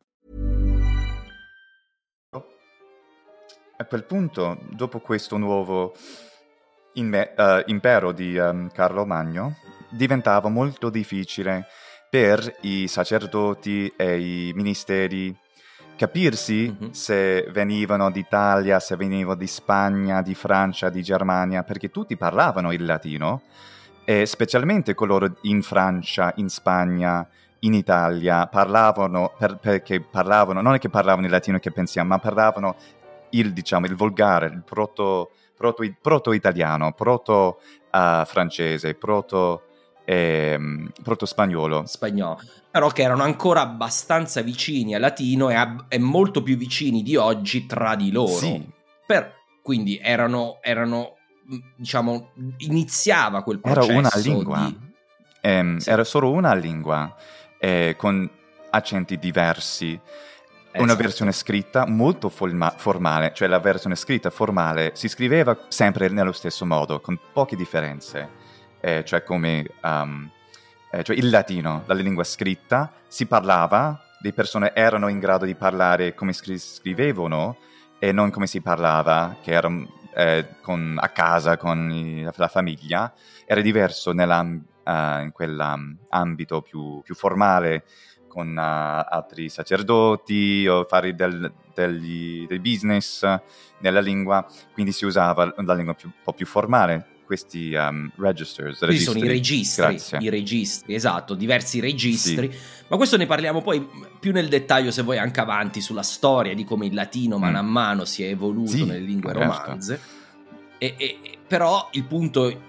A quel punto, dopo questo nuovo inve- uh, impero di um, Carlo Magno, diventava molto difficile per i sacerdoti e i ministeri capirsi mm-hmm. se venivano d'Italia, se venivano di Spagna, di Francia, di Germania, perché tutti parlavano il latino, e specialmente coloro in Francia, in Spagna, in Italia, parlavano, per, perché parlavano, non è che parlavano il latino che pensiamo, ma parlavano il, diciamo, il volgare, il proto, proto, proto-italiano, proto-francese, proto... e proto-spagnolo. Spagnolo, però che erano ancora abbastanza vicini al latino e, ab- e molto più vicini di oggi tra di loro. Sì. Per, quindi erano, erano, diciamo, iniziava quel processo. Era una lingua, di... ehm, sì. era solo una lingua, eh, con accenti diversi. Una Esatto. versione scritta molto forma- formale, cioè la versione scritta formale si scriveva sempre nello stesso modo, con poche differenze, eh, cioè come um, eh, cioè il latino, la lingua scritta, si parlava, le persone erano in grado di parlare come scri- scrivevano e non come si parlava, che era eh, con, a casa con i, la famiglia, era diverso nella, uh, in quell'ambito più, più formale, con uh, altri sacerdoti o fare del, degli, del business nella lingua, quindi si usava la lingua più, un po' più formale, questi um, registers. Quindi registri. sono i registri, Grazie. i registri, esatto, diversi registri, Sì. ma questo ne parliamo poi più nel dettaglio se vuoi anche avanti sulla storia di come il latino mano a mano si è evoluto Sì, nelle lingue certo. romanze, e, e, però il punto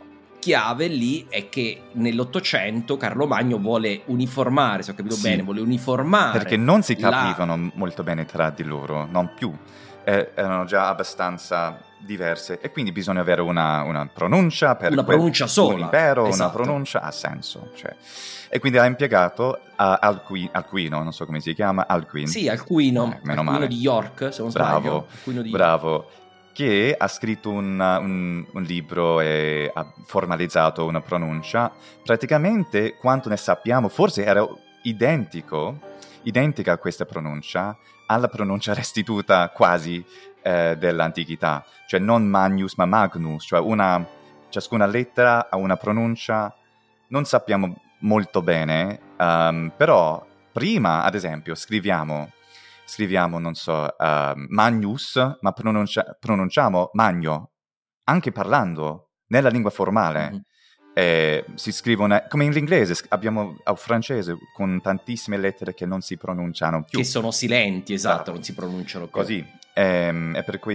chiave lì è che nell'Ottocento Carlo Magno vuole uniformare, se ho capito Sì, bene, vuole uniformare perché non si la- capivano molto bene tra di loro, non più, eh, erano già abbastanza diverse e quindi bisogna avere una, una pronuncia per Una quel- pronuncia sola, un impero, esatto. una pronuncia ha senso, cioè. E quindi ha impiegato uh, Alqui- Alcuino, non so come si chiama, Alcuin. Sì, Alcuino, Eh, meno Alcuino male. di York, se non Bravo, sbaglio. Alcuino di bravo, che ha scritto un, un, un libro e ha formalizzato una pronuncia. Praticamente, quanto ne sappiamo, forse era identico, identica a questa pronuncia alla pronuncia restituta quasi eh, dell'antichità, cioè non Magnus ma Magnus, cioè una, ciascuna lettera ha una pronuncia, non sappiamo molto bene, um, però prima, ad esempio, scriviamo Scriviamo, non so, uh, Magnus, ma pronuncia- pronunciamo Magno, anche parlando nella lingua formale. Mhm. Eh, si scrivono, come in inglese, sc- abbiamo al francese con tantissime lettere che non si pronunciano più. che sono silenti, esatto, Bravo. non si pronunciano più. Così. Ehm, e per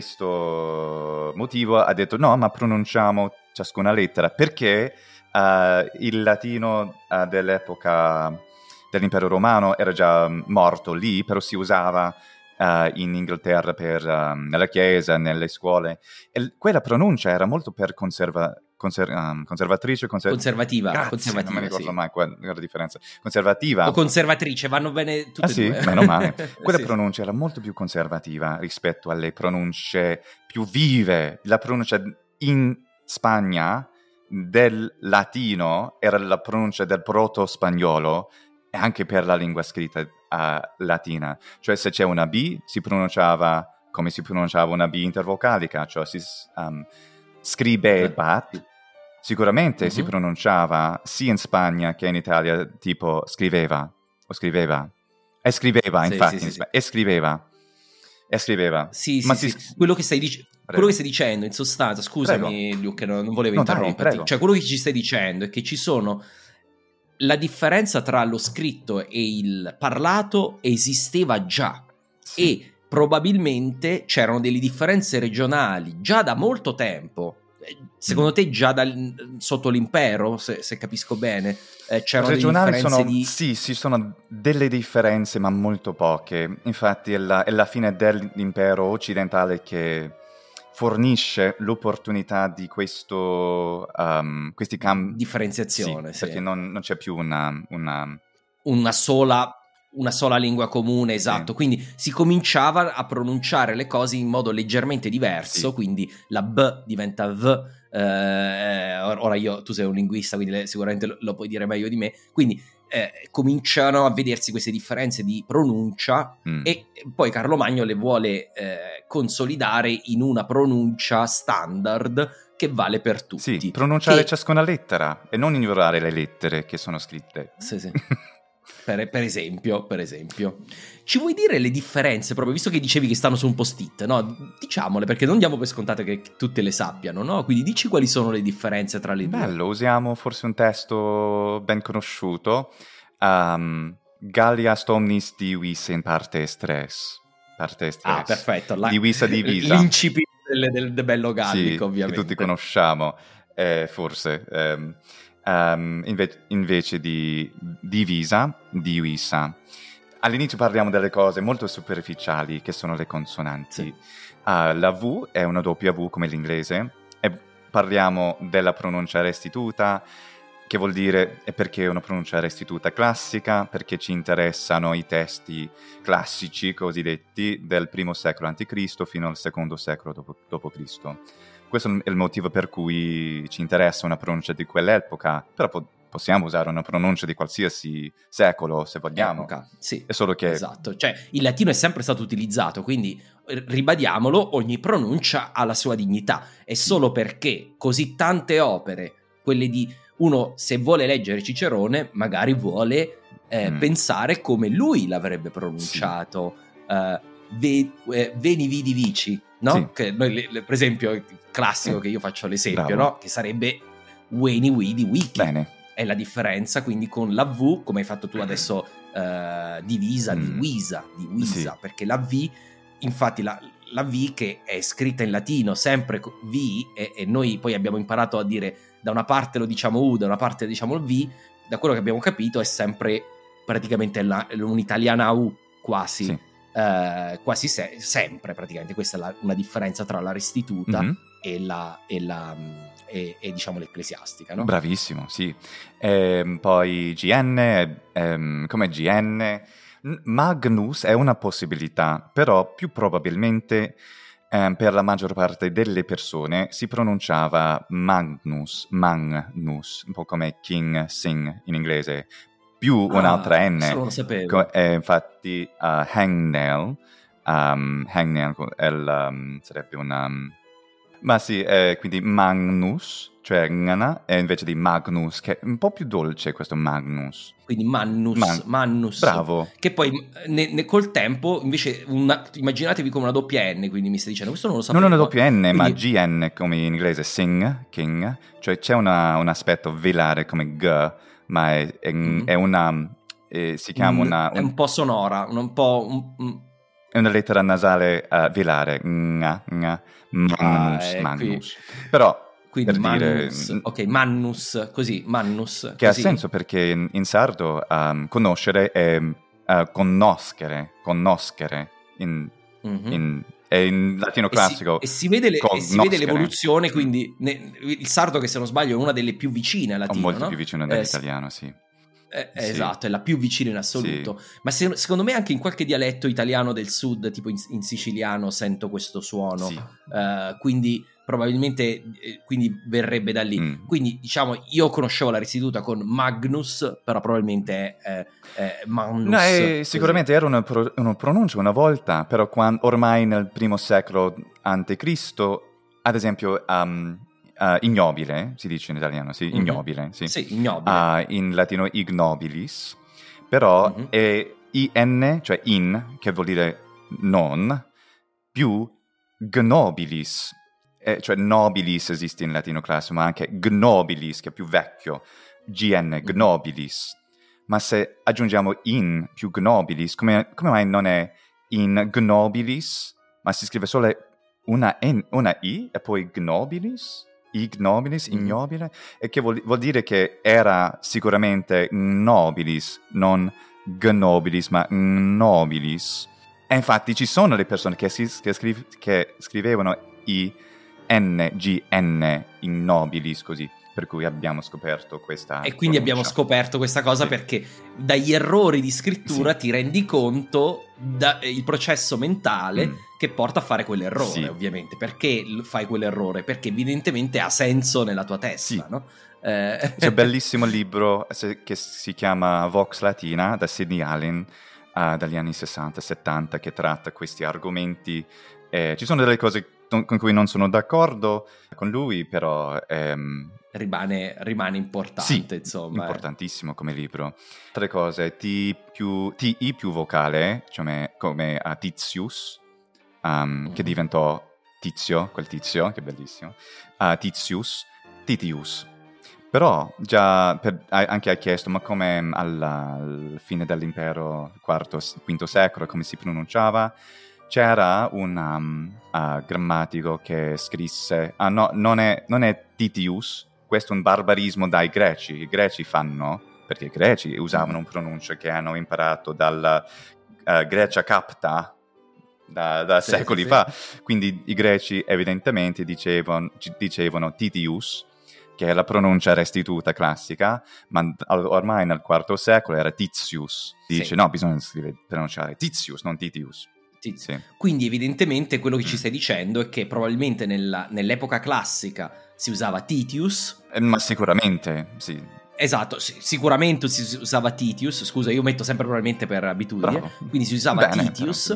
questo motivo ha detto no, ma pronunciamo ciascuna lettera, perché uh, il latino uh, dell'epoca dell'impero romano era già morto lì, però si usava uh, in Inghilterra per, um, nella chiesa, nelle scuole, e quella pronuncia era molto per conserva, conser, um, conservatrice, conser- conservativa, Grazie, conservativa, non mi ricordo sì. mai qual è la differenza, conservativa. O conservatrice, vanno bene tutte Ah e sì? due. Meno male. Quella Sì. pronuncia era molto più conservativa rispetto alle pronunce più vive. La pronuncia in Spagna del latino era la pronuncia del proto-spagnolo, e anche per la lingua scritta uh, latina. Cioè se c'è una B si pronunciava come si pronunciava una B intervocalica, cioè si um, scribebat. Sicuramente Mm-hmm. si pronunciava sia in Spagna che in Italia tipo scriveva o scriveva. E scriveva, Sì, infatti, sì, in sì, Spa- e scriveva. E scriveva. Sì, sì, Ma sì. si- Quello, che stai dic- Prego. quello che stai dicendo in sostanza, scusami Luca, non non volevo No, dai, interromperti, prego. cioè quello che ci stai dicendo è che ci sono la differenza tra lo scritto e il parlato esisteva già, Sì. e probabilmente c'erano delle differenze regionali già da molto tempo. Eh, Secondo Mm. te già dal- sotto l'impero, se, se capisco bene, eh, c'erano delle regionali differenze sono, di... sì, ci sono delle differenze, ma molto poche. Infatti è la, è la fine dell'impero occidentale che fornisce l'opportunità di questo, um, questi campi. differenziazione, sì. Perché non, non c'è più una... una... una sola, una sola lingua comune, esatto. Sì. Quindi si cominciava a pronunciare le cose in modo leggermente diverso, Sì. quindi la B diventa V. eh, ora io, tu sei un linguista, quindi le- sicuramente lo, lo puoi dire meglio di me. Quindi eh, cominciano a vedersi queste differenze di pronuncia, Mm. e poi Carlo Magno le vuole eh, consolidare in una pronuncia standard che vale per tutti. Sì, pronunciare Che- ciascuna lettera e non ignorare le lettere che sono scritte. Sì, sì. Per, per esempio, per esempio, ci vuoi dire le differenze proprio, visto che dicevi che stanno su un post-it, no? Diciamole, perché non diamo per scontate che tutte le sappiano, no? Quindi dici quali sono le differenze tra le due. Bello, usiamo forse un testo ben conosciuto. Um, Gallias omnis divis in partes tres. Partes tres. Ah, perfetto. La, Divisa divisa. L'incipit del, del, del bello gallico, Sì, ovviamente. che tutti conosciamo, eh, forse. ehm. um, inve- invece di divisa, divisa. All'inizio parliamo delle cose molto superficiali che sono le consonanti. Sì. Uh, la V è una doppia V come l'inglese e parliamo della pronuncia restituta, che vuol dire è perché è una pronuncia restituta classica, perché ci interessano i testi classici cosiddetti del primo secolo antico Cristo fino al secondo secolo dopo, dopo Cristo. Questo è il motivo per cui ci interessa una pronuncia di quell'epoca, però po- possiamo usare una pronuncia di qualsiasi secolo se vogliamo. Epoca, sì. È solo che... Esatto, cioè il latino è sempre stato utilizzato, quindi ribadiamolo, ogni pronuncia ha la sua dignità. È solo perché così tante opere, quelle di uno, se vuole leggere Cicerone, magari vuole eh, mm. pensare come lui l'avrebbe pronunciato. Sì. Uh, ve, eh, veni vidi vici, no? Sì. Che noi, le, le, per esempio, il classico che io faccio l'esempio, Bravo. no? Che sarebbe veni vidi wiki. Bene. È la differenza, quindi con la V, come hai fatto tu adesso, uh, divisa, mm. di Wisa, di Wisa, sì. perché la V, infatti la, la V che è scritta in latino, sempre V, e, e noi poi abbiamo imparato a dire da una parte lo diciamo U, da una parte diciamo il V, da quello che abbiamo capito è sempre praticamente la, un'italiana U, quasi, sì. uh, quasi se, sempre praticamente, questa è la, una differenza tra la restituta mm-hmm. e la... E la E, e diciamo l'ecclesiastica, no? Bravissimo, sì. E poi G N, ehm, come G N, Magnus è una possibilità, però più probabilmente ehm, per la maggior parte delle persone si pronunciava Magnus, Magnus, un po' come King, Sing in inglese, più ah, un'altra N. Non lo sapevo. Co- eh, infatti uh, hangnail, um, hangnail è il, um, sarebbe una... Ma sì, eh, quindi Magnus, cioè ngana, e invece di Magnus, che è un po' più dolce questo Magnus. Quindi Mannus, Man- Mannus. Bravo. Che poi ne, ne, col tempo, invece, una, immaginatevi come una doppia N, quindi mi stai dicendo, questo non lo sapevo. Non una doppia N, quindi... ma G N come in inglese, sing, king, cioè c'è una, un aspetto velare come G, ma è, è, mm-hmm. è una, eh, si chiama mm, una... Un... È un po' sonora, un po'... Un, un... È una lettera nasale uh, velare, nga, nga, Magnus, ah, Magnus. Però... Quindi per Mannus, dire, ok, Mannus, così, Mannus. Che così. ha senso perché in, in sardo um, conoscere è uh, conoscere, conoscere, in, mm-hmm. in, è in latino classico. E si, e si, vede, le, e si vede l'evoluzione, quindi ne, il sardo, che se non sbaglio è una delle più vicine al latino, molto no? più vicino dell'italiano, eh, sì. Eh, sì. Esatto, è la più vicina in assoluto. Sì. Ma se, secondo me anche in qualche dialetto italiano del sud, tipo in, in siciliano, sento questo suono. Sì. Uh, quindi probabilmente eh, quindi verrebbe da lì. Mm. Quindi diciamo, io conoscevo la restituta con Magnus, però probabilmente è, è Magnus. No, è, sicuramente era una, pro, una pronuncia una volta, però quando, ormai nel primo secolo antico Cristo, ad esempio... Um, Uh, ignobile, si dice in italiano, sì, mm-hmm. ignobile, sì. Sì, ignobile. Uh, in latino ignobilis, però mm-hmm. è in, cioè in, che vuol dire non, più gnobilis, eh, cioè nobilis esiste in latino classico, ma anche gnobilis, che è più vecchio, gn, gnobilis. Ma se aggiungiamo in più gnobilis, come, come mai non è in gnobilis, ma si scrive solo una, N, una i e poi gnobilis? Ignobilis, ignobile, e che vuol, vuol dire che era sicuramente nobilis, non gnobilis, ma nobilis. E infatti ci sono le persone che, si, che, scrive, che scrivevano i N G N ignobilis così, per cui abbiamo scoperto questa e quindi pronuncia. Abbiamo scoperto questa cosa, sì. Perché dagli errori di scrittura sì. ti rendi conto del processo mentale mm. che porta a fare quell'errore, sì. ovviamente. Perché fai quell'errore? Perché evidentemente ha senso nella tua testa, sì. no? Eh... C'è un bellissimo libro che si chiama Vox Latina da Sidney Allen uh, dagli anni sessanta settanta che tratta questi argomenti. Eh, ci sono delle cose con cui non sono d'accordo con lui, però... Ehm, rimane, rimane importante, sì, insomma. importantissimo eh. come libro. Altre cose, T più, T I più vocale, cioè come uh, Tizius, um, mm-hmm. che diventò Tizio, quel tizio, che bellissimo, uh, Tizius, Titius. Però già, per, anche hai chiesto, ma come alla, al fine dell'impero, quarto, quinto secolo, come si pronunciava? C'era un um, uh, grammatico che scrisse, ah no, non è, non è Titius, questo è un barbarismo dai greci. I greci fanno, perché i greci usavano un pronuncia che hanno imparato dalla uh, Grecia capta, da, da sì, secoli sì, fa. Sì. Quindi i greci evidentemente dicevano, dicevano Titius, che è la pronuncia restituta classica, ma ormai nel quarto secolo era Titius. Dice sì. no, bisogna scrivere, pronunciare Titius, non Titius. Sì. Quindi evidentemente quello che ci stai dicendo è che probabilmente nella, nell'epoca classica si usava Titius. Eh, ma sicuramente, sì. Esatto, sì, sicuramente si usava Titius, scusa, io metto sempre probabilmente per abitudine, Bravo. Quindi si usava Bene, Titius.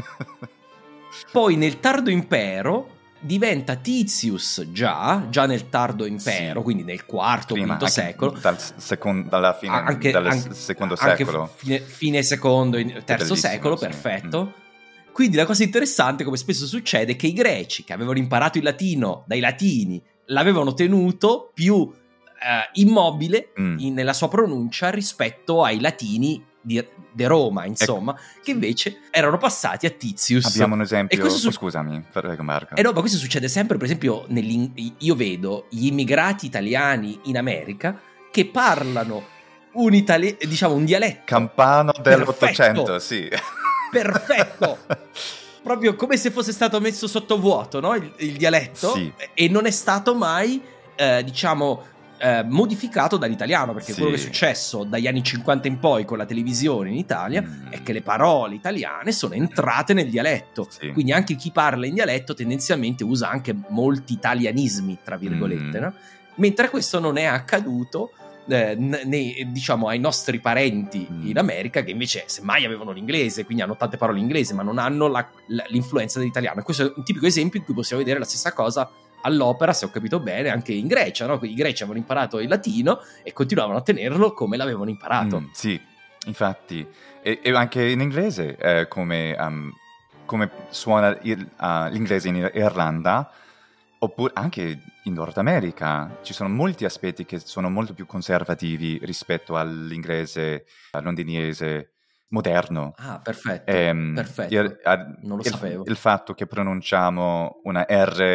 Poi nel tardo impero diventa Titius già, già nel tardo impero, sì. Quindi nel quarto, Prima, quinto secolo. Dal second, dalla fine anche, dal anche, secondo anche secolo. Fine, fine secondo, terzo secolo, sì. Perfetto. Mm. Quindi la cosa interessante, come spesso succede, è che i greci, che avevano imparato il latino dai latini, l'avevano tenuto più eh, immobile mm. in, nella sua pronuncia rispetto ai latini di de Roma, insomma, ecco. Che invece erano passati a Titius. Abbiamo un esempio, e questo su- oh, scusami, prego Marco. Eh no, ma questo succede sempre, per esempio, io vedo gli immigrati italiani in America che parlano un itali- diciamo un dialetto campano dell'Ottocento, sì. Perfetto, proprio come se fosse stato messo sotto vuoto, no? Il, il dialetto, sì. E non è stato mai, eh, diciamo, eh, modificato dall'italiano, perché sì. Quello che è successo dagli anni cinquanta in poi con la televisione in Italia mm. è che le parole italiane sono entrate nel dialetto, sì. Quindi anche chi parla in dialetto tendenzialmente usa anche molti italianismi, tra virgolette, mm. no? Mentre questo non è accaduto Eh, ne, diciamo ai nostri parenti mm. in America, che invece semmai avevano l'inglese, quindi hanno tante parole in inglese ma non hanno la, la, l'influenza dell'italiano. E questo è un tipico esempio in cui possiamo vedere la stessa cosa all'opera, se ho capito bene, anche in Grecia, no? I greci avevano imparato il latino e continuavano a tenerlo come l'avevano imparato. Mm, sì, infatti, e, e anche in inglese eh, come, um, come suona il, uh, l'inglese in Irlanda, oppure anche in Nord America ci sono molti aspetti che sono molto più conservativi rispetto all'inglese londinese moderno. Ah, perfetto, ehm, perfetto. Il, non lo il, sapevo. Il fatto che pronunciamo una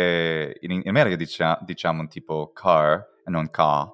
R in, in America dicia, diciamo tipo car e non car,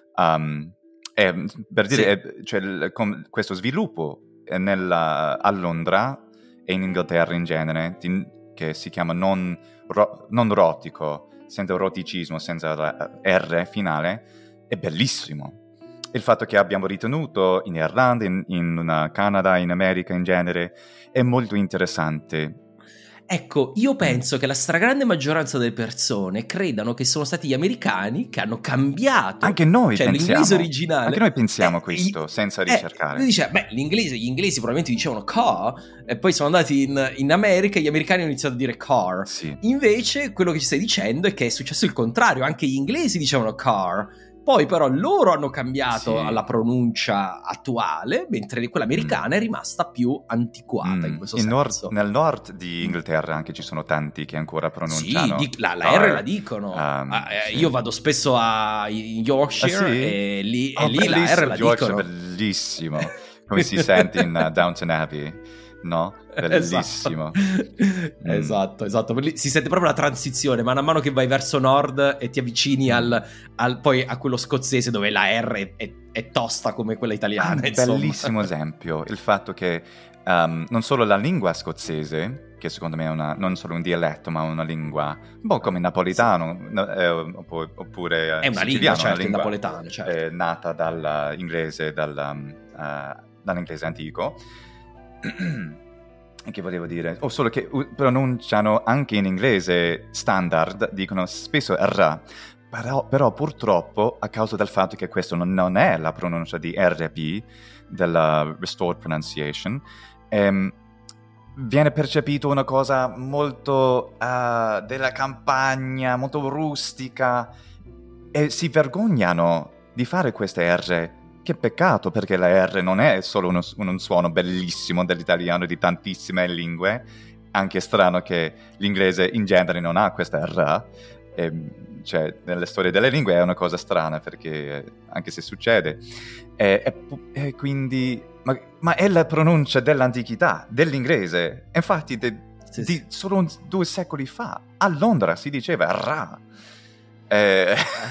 um, è, per dire, sì. è, cioè, il, com, questo sviluppo è nella, a Londra e in Inghilterra in genere, di, che si chiama non, ro, non rotico, senza roticismo, senza la R finale, è bellissimo. Il fatto che abbiamo ritenuto in Irlanda, in, in Canada, in America in genere, è molto interessante. Ecco, io penso che la stragrande maggioranza delle persone credano che sono stati gli americani che hanno cambiato. Anche noi cioè, pensiamo. L'inglese originale. Anche noi pensiamo eh, questo, gli, senza eh, ricercare. Lui dice, beh, gli inglesi, gli inglesi probabilmente dicevano car, e poi sono andati in, in America e gli americani hanno iniziato a dire car. Sì. Invece, quello che ci stai dicendo è che è successo il contrario, anche gli inglesi dicevano car. Poi però loro hanno cambiato sì. alla pronuncia attuale, mentre quella americana mm. è rimasta più antiquata mm. in questo in senso. Nord, nel nord di Inghilterra anche ci sono tanti che ancora pronunciano. Sì, di, la, la R la dicono. Um, ah, eh, sì. Io vado spesso a in Yorkshire ah, sì? e lì, oh, e lì la R la Yorkshire dicono. È bellissimo, come si sente in uh, Downton Abbey. No? Bellissimo. Esatto. Mm. esatto, esatto. Si sente proprio la transizione, man mano che vai verso nord e ti avvicini mm. al, al poi a quello scozzese dove la R è, è tosta come quella italiana. Ah, bellissimo esempio, il fatto che um, non solo la lingua scozzese, che secondo me è una, non solo un dialetto, ma una lingua un po' come il napoletano, sì. eh, oppure è una lingua, certo, una lingua, il napoletano, certo. eh, nata dall'inglese, dal, um, uh, dall'inglese antico. Che volevo dire? O oh, solo che uh, pronunciano anche in inglese standard, dicono spesso R, però, però purtroppo a causa del fatto che questo non, non è la pronuncia di R P, della Restored Pronunciation, ehm, viene percepito una cosa molto uh, della campagna, molto rustica, e si vergognano di fare queste R. Che peccato, perché la R non è solo uno, un suono bellissimo dell'italiano di tantissime lingue, anche strano che l'inglese in genere non ha questa R, e, cioè nelle storie delle lingue è una cosa strana, perché anche se succede, e, e, e quindi, ma, ma è la pronuncia dell'antichità, dell'inglese, infatti de, sì, di, solo un, due secoli fa a Londra si diceva R. Eh,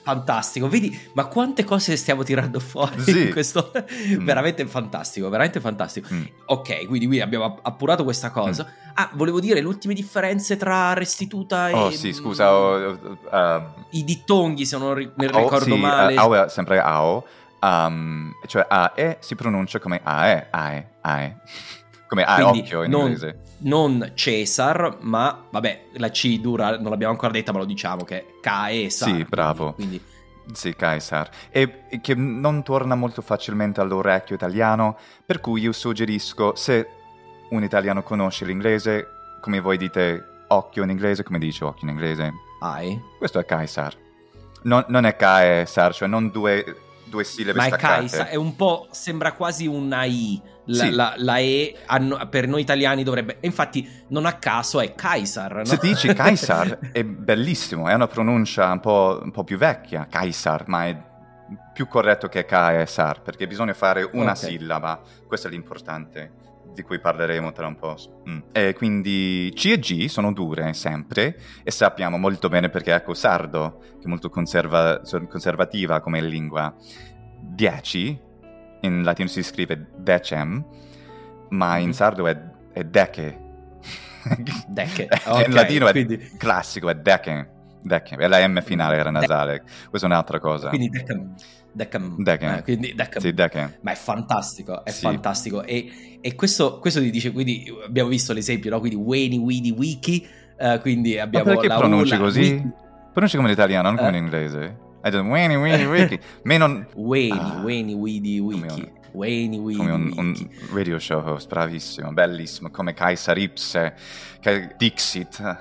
Fantastico, vedi, ma quante cose stiamo tirando fuori Sì. in questo Mm. veramente fantastico, veramente fantastico. Mm. Ok, quindi qui abbiamo app- appurato questa cosa. Ah, volevo dire le ultime differenze tra restituta e Oh sì, scusa, oh, oh, uh, i dittonghi, se non ri- mi ao, ricordo sì, male. uh, ao è sempre ao, um, cioè ae si pronuncia come ae, ae, ae, come ae, Quindi occhio in non, inglese. non Cesar, ma vabbè, la C dura, non l'abbiamo ancora detta, ma lo diciamo che è Caesar. Sì, bravo. Quindi, Sì, Caesar. E e che non torna molto facilmente all'orecchio italiano, per cui io suggerisco, se un italiano conosce l'inglese, come voi dite occhio in inglese, come dice occhio in inglese? ai. Questo è Caesar. Non, non è Caesar, cioè non due, due sillabe Ma è staccate. Caesar, è un po', sembra quasi una I. La, Sì. la, la E hanno- per noi italiani dovrebbe, e infatti non a caso è Caesar, no? Se dici Caesar è bellissimo, è una pronuncia un po', un po' più vecchia, Caesar, ma è più corretto che Caesar, perché bisogna fare una Ok. sillaba, questo è l'importante, di cui parleremo tra un po'. Mm. E quindi C e G sono dure sempre, e sappiamo molto bene perché ecco sardo, che è molto conserva- conservativa come lingua. dieci, in latino si scrive decem, ma in Mhm. sardo è, è dece. Decche, E ok, in latino è quindi- classico, è dece. Dece. E la M finale era nasale. Questa è un'altra cosa. Quindi Decam, Decam, Decam. eh, quindi Decam. Sì, dece. Ma è fantastico, è Sì. fantastico. E, e questo, questo ti dice, quindi abbiamo visto l'esempio, no? Quindi Weni, Widi, Wiki, eh, quindi Ma abbiamo perché la U, pronunci la così? Wiki. Pronunci come l'italiano, non come Eh? in inglese. I don't wini, wini, wiki. Me non... Weni, Ah. Weni, Widi, Come Wiki. un- Weni, Widi, Come un, un Wiki. radio show host, bravissimo, bellissimo. Come Caesar Ipse, che- Dixit.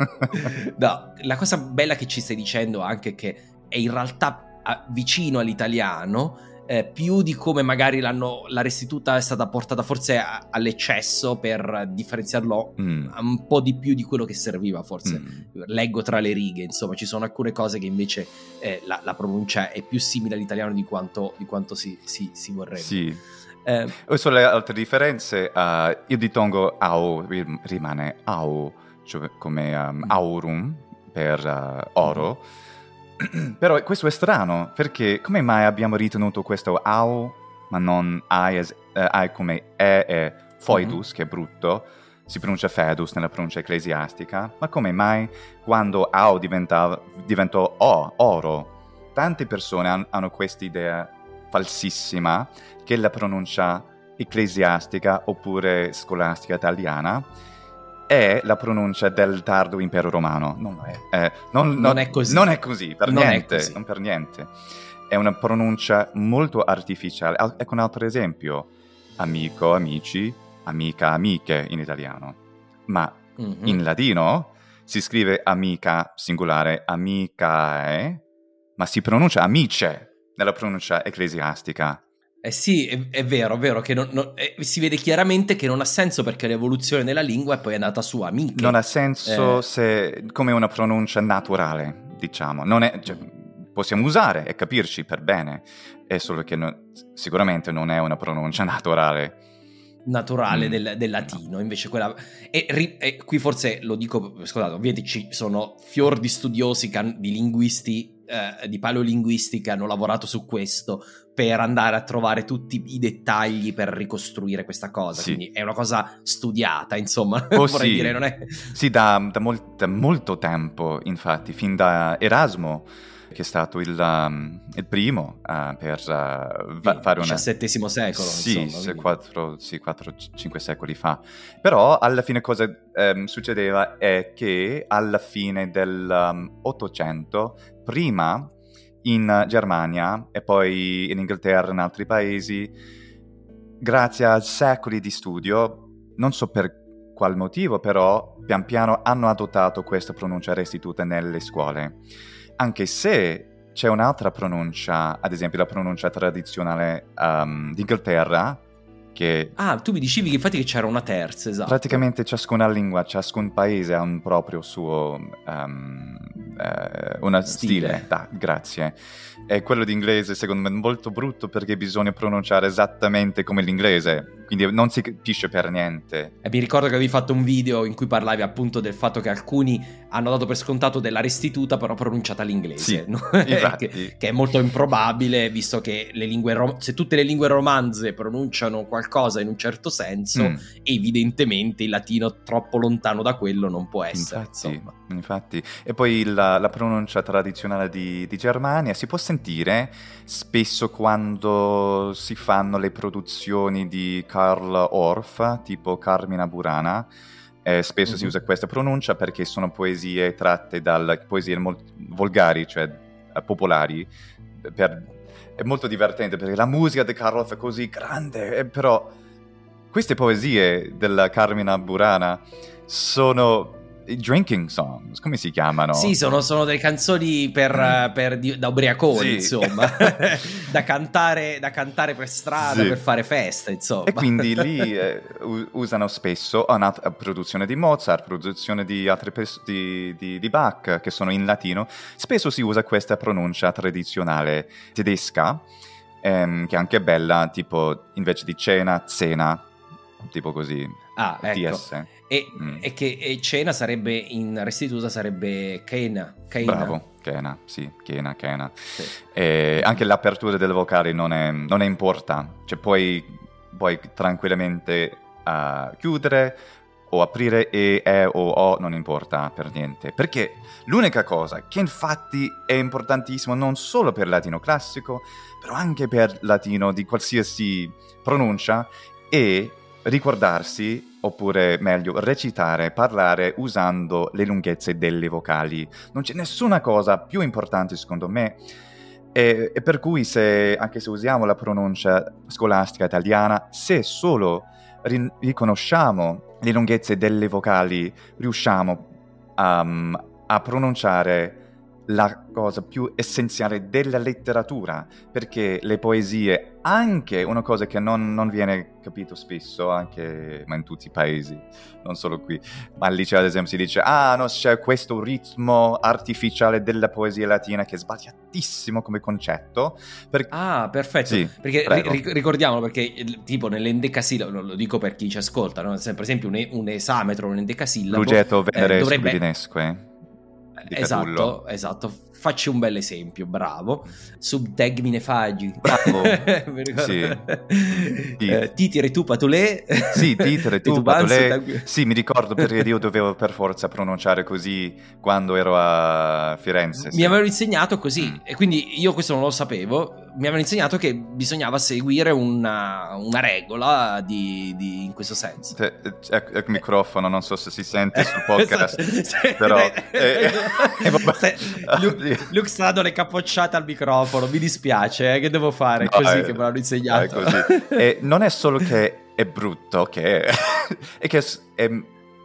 No, la cosa bella che ci stai dicendo anche è che è in realtà ah, vicino all'italiano, eh, più di come magari l'hanno, la restituta è stata portata forse a- all'eccesso per differenziarlo Mm. un po' di più di quello che serviva forse. Mm. Leggo tra le righe, insomma, ci sono alcune cose che invece eh, la, la pronuncia è più simile all'italiano di quanto, di quanto si, si, si vorrebbe. Sì. Eh, E sulle altre differenze, uh, il ditongo au rim- rimane au, cioè come um, aurum per uh, oro. Però questo è strano, perché come mai abbiamo ritenuto questo au, ma non ai, es- eh, ai come e e foedus, che è brutto, si pronuncia fedus nella pronuncia ecclesiastica, ma come mai quando au diventa, diventò o, oro? Tante persone han- hanno questa idea falsissima che la pronuncia ecclesiastica oppure scolastica italiana è la pronuncia del tardo impero romano. Non è, eh, non, Non non- è così. Non è così, per Non è niente, così. non per niente. È una pronuncia molto artificiale. Al- Ecco un altro esempio. Amico, amici, amica, amiche in italiano. Ma mhm. in latino si scrive amica singolare, amicae, ma si pronuncia amice nella pronuncia ecclesiastica. Eh sì, è, è vero, è vero che non- non- eh, si vede chiaramente che non ha senso perché l'evoluzione della lingua è poi andata su amiche. Non ha senso Eh. se come una pronuncia naturale, diciamo. Non è, cioè, possiamo usare e capirci per bene, è solo che non- sicuramente non è una pronuncia naturale. naturale Mm. del, del latino, invece quella e, ri- e qui forse lo dico, scusate, ovviamente ci sono fior di studiosi che han- di linguisti, eh, di paleolinguisti che hanno lavorato su questo per andare a trovare tutti i dettagli per ricostruire questa cosa, Sì. quindi è una cosa studiata, insomma. Oh, vorrei sì. dire, non è Sì, da, da mol- da molto tempo, infatti, fin da Erasmo, che è stato il, um, il primo uh, per uh, va- fare una... diciassettesimo secolo, Sì, insomma, se quindi- quattro, sì, quattro, cinque secoli fa. Però alla fine cosa ehm, succedeva è che alla fine dell'Ottocento, prima in Germania e poi in Inghilterra e in altri paesi, grazie a secoli di studio, non so per qual motivo, però pian piano hanno adottato questa pronuncia restituta nelle scuole. Anche se c'è un'altra pronuncia, ad esempio la pronuncia tradizionale um, d'Inghilterra, che Ah, tu mi dicevi che infatti che c'era una terza, esatto. praticamente ciascuna lingua, ciascun paese ha un proprio suo um, eh, una Stile. stile, da, grazie. E quello d'inglese secondo me è molto brutto perché bisogna pronunciare esattamente come l'inglese, quindi non si capisce per niente. E mi ricordo che avevi fatto un video in cui parlavi appunto del fatto che alcuni hanno dato per scontato della restituta però pronunciata all'inglese, Sì, no? infatti. che, che è molto improbabile, visto che le lingue rom- se tutte le lingue romanze pronunciano qualcosa in un certo senso, Mm. evidentemente il latino troppo lontano da quello non può essere. Infatti, insomma. infatti. E poi la, la pronuncia tradizionale di, di Germania si può sentire spesso quando si fanno le produzioni di Karl Orff, tipo Carmina Burana. Eh, spesso Mhm. si usa questa pronuncia perché sono poesie tratte dalle poesie molto volgari, cioè eh, popolari. Per- è molto divertente perché la musica di Karl Orff è così grande, eh, però queste poesie della Carmina Burana sono i drinking songs, come si chiamano? Sì, sono, sono delle canzoni per, eh, per di- da ubriaconi, Sì. insomma, da cantare, da cantare per strada, Sì. per fare feste, insomma. E quindi lì eh, u- usano spesso una t- produzione di Mozart, produzione di altri pers- di, di, di Bach, che sono in latino. Spesso si usa questa pronuncia tradizionale tedesca, ehm, che è anche bella, tipo invece di cena, cena, tipo così, Ah, ecco. T S. E, Mm. e che e cena sarebbe in restituta sarebbe Kena, Kena. Bravo, Kena, sì, Kena, Kena. Sì. E anche l'apertura delle vocali non è, non è importante, cioè puoi, puoi tranquillamente uh, chiudere o aprire e, e o o, non importa per niente, perché l'unica cosa che infatti è importantissimo non solo per il latino classico, però anche per latino di qualsiasi pronuncia, è ricordarsi, oppure meglio recitare, parlare usando le lunghezze delle vocali. Non c'è nessuna cosa più importante secondo me, e, e per cui se anche se usiamo la pronuncia scolastica italiana, se solo ri- riconosciamo le lunghezze delle vocali, riusciamo um, a pronunciare la cosa più essenziale della letteratura, perché le poesie, anche una cosa che non, non viene capito spesso, anche ma in tutti i paesi, non solo qui, ma al liceo ad esempio si dice ah no, c'è questo ritmo artificiale della poesia latina che è sbagliatissimo come concetto. Per... Ah, perfetto. Sì, perché prego. ri- ricordiamolo, perché il- tipo nell'endecasillabo, lo dico per chi ci ascolta, no? Per esempio un, un esametro, un endecasillabo Lugetto, Venere, eh, dovrebbe... Scudinesco, eh? Di Catullo. Esatto, esatto. Facci un bel esempio, bravo. Subtegmine fagi. Bravo. Mi ricordo. Sì. Eh, titire tu patulè. Sì, titere tu, Titubanza, patolè. tag- Sì, mi ricordo perché io dovevo per forza pronunciare così quando ero a Firenze. sì. Mi avevano insegnato così, Mm. e quindi io questo non lo sapevo. Mi avevano insegnato che bisognava seguire una, una regola di, di- in questo senso. Te- Ecco il microfono, non so se si sente sul podcast, Sì, però... dai, eh, eh, vabbè. Sì, Luke, Luke sta dando le capocciate al microfono, mi dispiace, eh, che devo fare? È No, così eh, che me l'hanno È insegnato. così. E non è solo che è brutto, che è, è che s- ehm,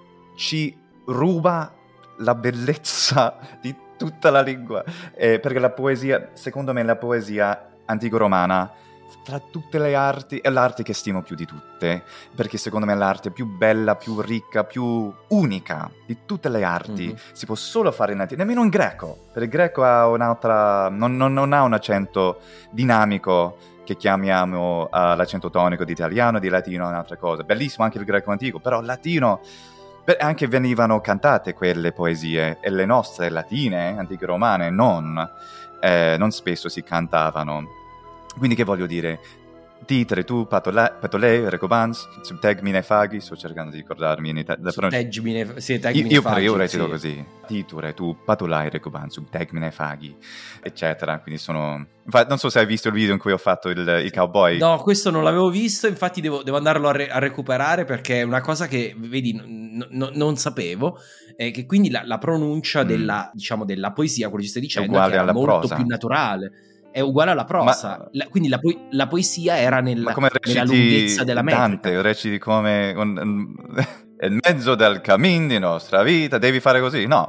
ci ruba la bellezza di tutta la lingua. Eh, perché la poesia, secondo me, la poesia antico-romana, tra tutte le arti, è l'arte che stimo più di tutte, perché secondo me è l'arte più bella, più ricca, più unica di tutte le arti. Mhm. Si può solo fare in latino, nemmeno in greco, perché il greco ha un'altra, non, non- non ha un accento dinamico che chiamiamo uh, l'accento tonico di italiano, di latino è un'altra cosa. Bellissimo anche il greco antico, però il latino, beh, anche venivano cantate quelle poesie, e le nostre latine, antiche romane, non, eh, non spesso si cantavano. Quindi che voglio dire? Titere, tu, patolè, patolè, recobans, subtegmine, faghi, sto cercando di ricordarmi in Italia. Tegmine, sì, Io, tegmine io, fagi, io recito sì. così, titure, tu, patolai, recobans, subtegmine, faghi, eccetera. Quindi sono... Infatti, non so se hai visto il video in cui ho fatto il, il cowboy. No, questo non l'avevo visto, infatti devo, devo andarlo a, re- a recuperare, perché è una cosa che, vedi, n- n- non sapevo, e che quindi la, la pronuncia Mm. della, diciamo, della poesia, quello che ci stai dicendo, uguale che era alla molto prosa. più naturale, è uguale alla prosa. Ma- La- quindi la, po- la poesia era nella, Ma come nella reciti lunghezza della metrica. Dante, reciti come un, un, in mezzo del cammin di nostra vita, devi fare così? No.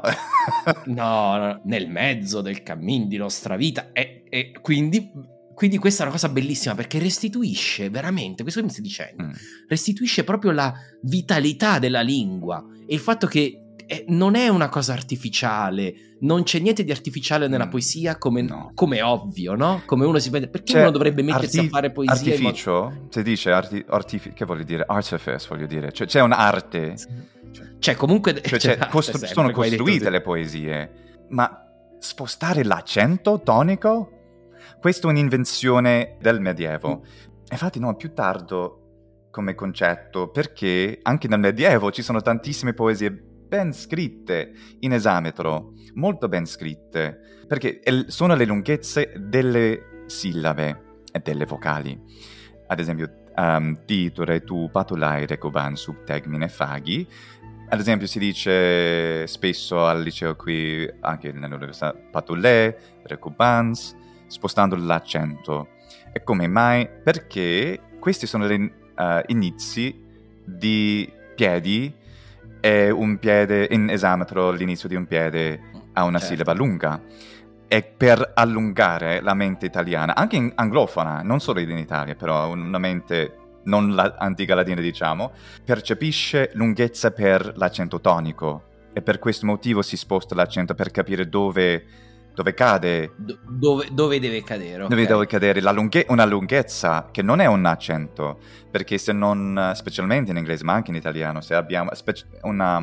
No, no, nel mezzo del cammin di nostra vita. E, e quindi, quindi questa è una cosa bellissima, perché restituisce veramente, questo che mi stai dicendo, Mm. restituisce proprio la vitalità della lingua, e il fatto che eh, non è una cosa artificiale, non c'è niente di artificiale nella poesia, come, no. come ovvio, no? Come uno si vede, perché C'è uno dovrebbe mettersi arti- a fare poesia? Artificio, modo... si dice arti- artificio, che voglio dire? Artifice, voglio dire, cioè c'è un'arte. Cioè comunque cioè, cioè, costru- sempre, sono costruite le poesie, ma spostare l'accento tonico? Questa è un'invenzione del Medioevo. Mm. Infatti no, più tardo come concetto, perché anche nel Medioevo ci sono tantissime poesie ben scritte in esametro, molto ben scritte, perché sono le lunghezze delle sillabe e delle vocali. Ad esempio, um, titure, tu, patulai, recoban, sub tegmine, faghi. Ad esempio si dice spesso al liceo qui, anche nell'università, patulè, recubans, spostando l'accento. E come mai? Perché questi sono gli uh, inizi di piedi, e un piede in esametro, l'inizio di un piede ha una certo. sillaba lunga. E per allungare la mente italiana, anche in anglofona, non solo in Italia, però una mente non la antica latina, diciamo, percepisce lunghezza per l'accento tonico, e per questo motivo si sposta l'accento per capire dove, dove cade. Do- dove, dove deve cadere. Dove okay. deve cadere la lunghe- una lunghezza che non è un accento, perché se non, specialmente in inglese, ma anche in italiano, se abbiamo specie- una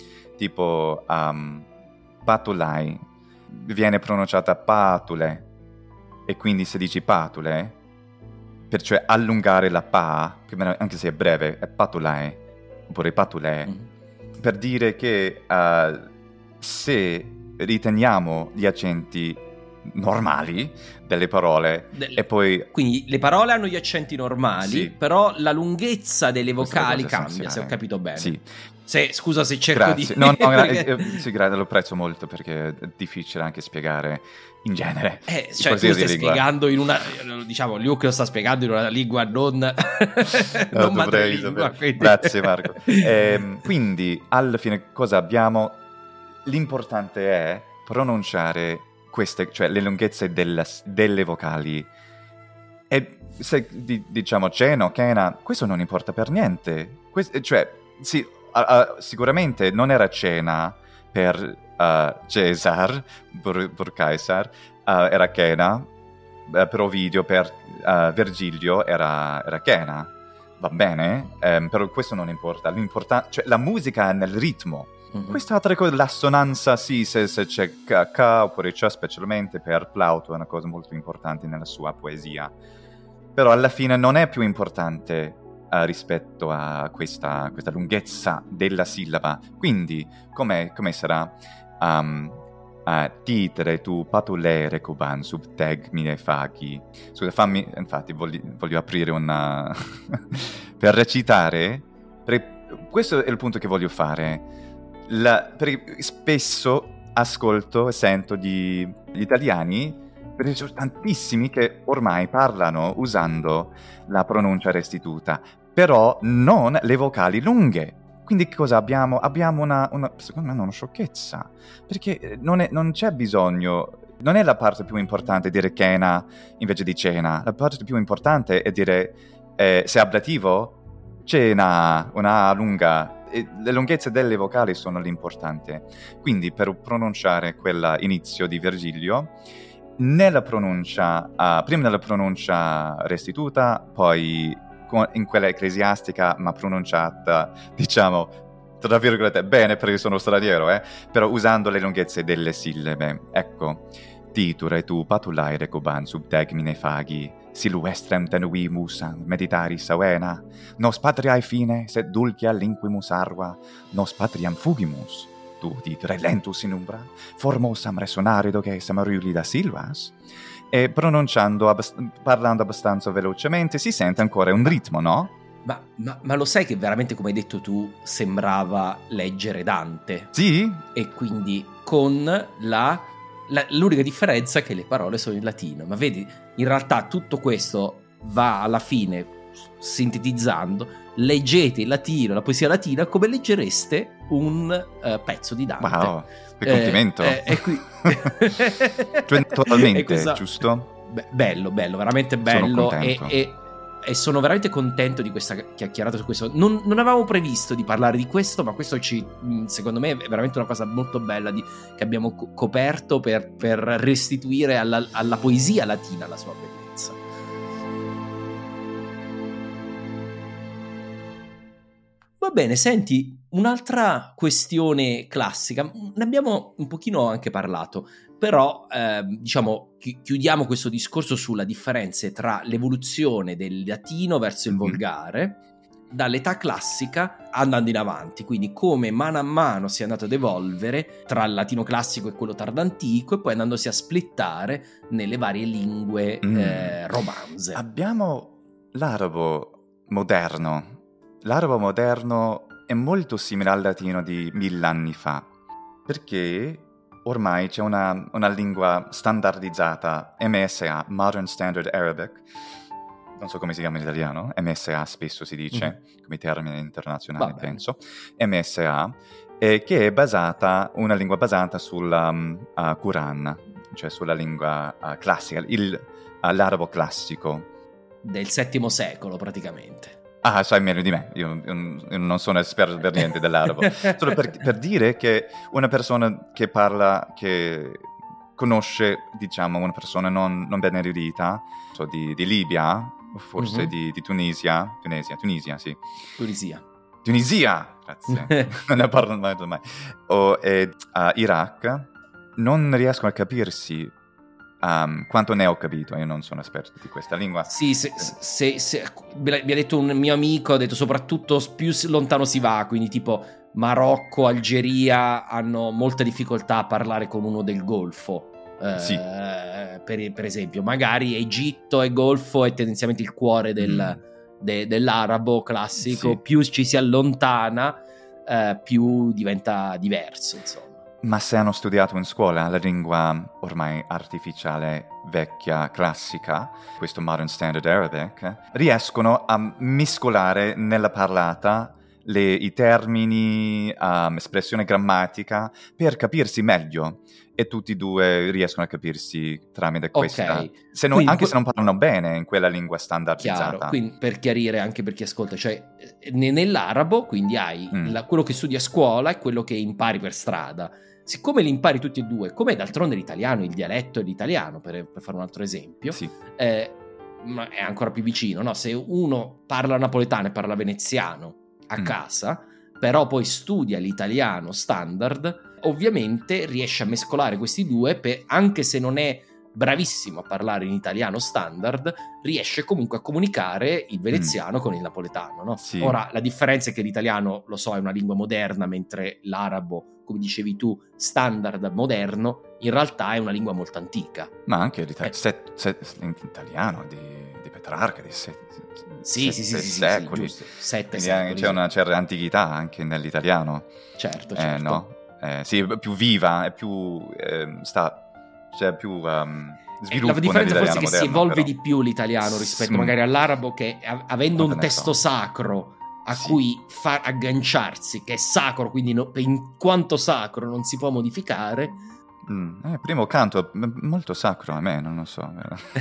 tipo um, patulai, viene pronunciata patule, e quindi se dici patule, per cioè allungare la pa, anche se è breve, è patulai, oppure patulè, mm-hmm. per dire che uh, se riteniamo gli accenti normali delle parole Del... e poi... Quindi le parole hanno gli accenti normali, sì. però la lunghezza delle vocali cambia, se ho capito bene. Sì. Se, scusa se cerco grazie. di... No, no, perché... eh, sì, grazie, lo apprezzo molto, perché è difficile anche spiegare in genere. Eh, cioè tu stai lingua. spiegando in una... diciamo, Luke lo sta spiegando in una lingua non... no, non madrelingua. Quindi... Grazie Marco. eh, quindi, alla fine, cosa abbiamo? L'importante è pronunciare queste, cioè le lunghezze della, delle vocali. E se di, diciamo ceno, chena, questo non importa per niente. Questo, cioè, sì, uh, uh, sicuramente non era cena per uh, Cesar, per, per Caesar, uh, era chena, uh, per Ovidio, per uh, Virgilio era, era chena. Va bene? Um, però questo non importa. L'importa- cioè, la musica è nel ritmo. Mm-hmm. Quest'altra cosa, l'assonanza, sì, se, se c'è K, K oppure C, specialmente per Plauto, è una cosa molto importante nella sua poesia. Però alla fine non è più importante uh, rispetto a questa, questa lunghezza della sillaba. Quindi, come sarà? Um, uh, titere tu patulere cuban sub tegmine faghi. Scusa, fammi, infatti, voglio, voglio aprire una... per recitare, per, questo è il punto che voglio fare. La, perché spesso ascolto e sento gli, gli italiani, perché ci sono tantissimi che ormai parlano usando la pronuncia restituta, però non le vocali lunghe. Quindi cosa abbiamo? Abbiamo una, una secondo me, una sciocchezza, perché non, è, non c'è bisogno, non è la parte più importante dire chena invece di cena, la parte più importante è dire eh, se ablativo, cena, una lunga. Le lunghezze delle vocali sono l'importante. Quindi per pronunciare quell'inizio di Virgilio, nella pronuncia, uh, prima nella pronuncia restituta, poi in quella ecclesiastica, ma pronunciata, diciamo, tra virgolette, bene perché sono straniero, eh, però usando le lunghezze delle sillabe. Ecco, titure tu patulai recoban sub tegmine faghi, siluestrem tenuimus meditari savena, nos patriae fine, sed dulcia linquimus arva, nos patriam fugimus, tu titere lentus in umbra, formosam resonare doque samarulida silvas. E pronunciando, abbast- parlando abbastanza velocemente, si sente ancora un ritmo, no? Ma, ma, ma lo sai che veramente, come hai detto tu, sembrava leggere Dante? Sì. E quindi con la... La, l'unica differenza è che le parole sono in latino, ma vedi, in realtà tutto questo va alla fine, sintetizzando, leggete il latino, la poesia latina, come leggereste un uh, pezzo di Dante. Wow, che complimento. Eh, eh, e qui... cioè, totalmente, e questa... giusto? Be- bello, bello, veramente bello. E, e e sono veramente contento di questa chiacchierata su questo. Non, non avevamo previsto di parlare di questo, ma questo ci, secondo me è veramente una cosa molto bella di, che abbiamo co- coperto per, per restituire alla, alla poesia latina la sua bellezza. Va bene, senti, un'altra questione classica, ne abbiamo un pochino anche parlato, però eh, diciamo chi- chiudiamo questo discorso sulla differenza tra l'evoluzione del latino verso il volgare dall'età classica andando in avanti, quindi come mano a mano si è andato ad evolvere tra il latino classico e quello tardantico e poi andandosi a splittare nelle varie lingue Mm. eh, romanze. Abbiamo l'arabo moderno. L'arabo moderno è molto simile al latino di mille anni fa, perché ormai c'è una, una lingua standardizzata, M S A, Modern Standard Arabic, non so come si chiama in italiano, M S A spesso si dice, mm. come termine internazionale penso, M S A, eh, che è basata, una lingua basata sul um, uh, Quran, cioè sulla lingua uh, classica, il, uh, l'arabo classico. Del settimo secolo praticamente. Ah, sai meno di me, io, io, io non sono esperto per niente dell'arabo, solo per, per dire che una persona che parla, che conosce, diciamo, una persona non, non ben erudita, so, di, di Libia, o forse mm-hmm. di, di Tunisia, Tunisia, Tunisia, sì. Tunisia. Tunisia, grazie, non ne parlo mai, mai. O eh, uh, Iraq, non riescono a capirsi. Um, quanto ne ho capito, io non sono esperto di questa lingua. Sì, se, se, se, mi ha detto un mio amico, ha detto soprattutto più lontano si va, quindi tipo Marocco, Algeria hanno molta difficoltà a parlare con uno del Golfo. Eh, sì. per, per esempio, magari Egitto e Golfo è tendenzialmente il cuore del, mm. de, dell'arabo classico, sì. Più ci si allontana, eh, più diventa diverso, insomma. Ma se hanno studiato in scuola la lingua ormai artificiale, vecchia, classica, questo Modern Standard Arabic, riescono a mescolare nella parlata le, i termini, um, espressione grammatica, per capirsi meglio. E tutti e due riescono a capirsi tramite questa. Okay. Se non, anche que- se non parlano bene in quella lingua standardizzata. Chiaro, quindi per chiarire anche per chi ascolta, cioè nell'arabo quindi hai mm. la, quello che studi a scuola e quello che impari per strada. Siccome li impari tutti e due, come d'altronde l'italiano, il dialetto è l'italiano, per, per fare un altro esempio, sì. eh, è ancora più vicino, no? Se uno parla napoletano e parla veneziano a mm. casa, però poi studia l'italiano standard, ovviamente riesce a mescolare questi due, per, anche se non è bravissimo a parlare in italiano standard, riesce comunque a comunicare il veneziano mm. con il napoletano, no? Sì. Ora, la differenza è che l'italiano, lo so, è una lingua moderna, mentre l'arabo, come dicevi tu, standard moderno, in realtà è una lingua molto antica. Ma anche l'italiano, set, set, l'italiano di, di Petrarca, di set, sì, set, sì, set sì, sì, secoli. Sì, sette Quindi secoli. C'è una certa antichità anche nell'italiano. Certo, certo. Eh, no? eh, sì, è più viva, è più... Eh, sta... c'è più um, sviluppo. La differenza forse è che moderno, si evolve però. di più l'italiano rispetto mm. magari all'arabo, che avendo un testo so. sacro a sì. cui fa agganciarsi, che è sacro, quindi no, in quanto sacro non si può modificare. Mm. Eh, primo canto molto sacro a me, non lo so.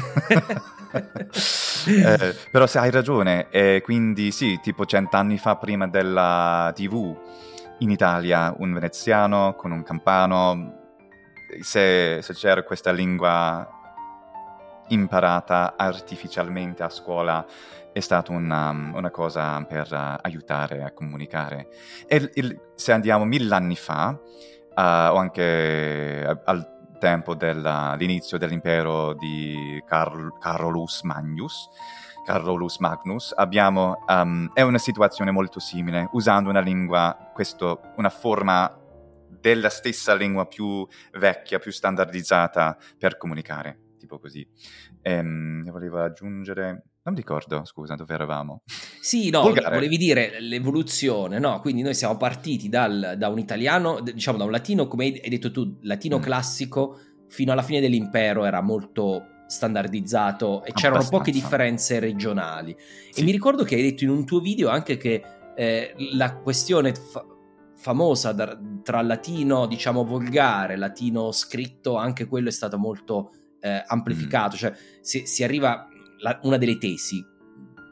eh, però se hai ragione, eh, quindi sì, tipo cent'anni fa prima della tivù in Italia, un veneziano con un campano, Se, se c'era questa lingua imparata artificialmente a scuola, è stata una, una cosa per uh, aiutare a comunicare. E il, il, se andiamo mille anni fa, uh, o anche uh, al tempo dell'inizio dell'impero di Carl, Carolus Magnus, Carolus Magnus, abbiamo, um, è una situazione molto simile, usando una lingua, questo, una forma della stessa lingua più vecchia, più standardizzata per comunicare, tipo così. Ehm, volevo aggiungere... Non mi ricordo, scusa, dove eravamo? Sì, no, Volgare. Volevi dire l'evoluzione, no? Quindi noi siamo partiti dal, da un italiano, diciamo da un latino, come hai detto tu, latino mm. classico, fino alla fine dell'impero era molto standardizzato e c'erano Abbastanza. poche differenze regionali. Sì. E mi ricordo che hai detto in un tuo video anche che eh, la questione... Fa- famosa da, tra latino, diciamo, volgare, latino scritto, anche quello è stato molto eh, amplificato, mm. cioè si, si arriva, la, una delle tesi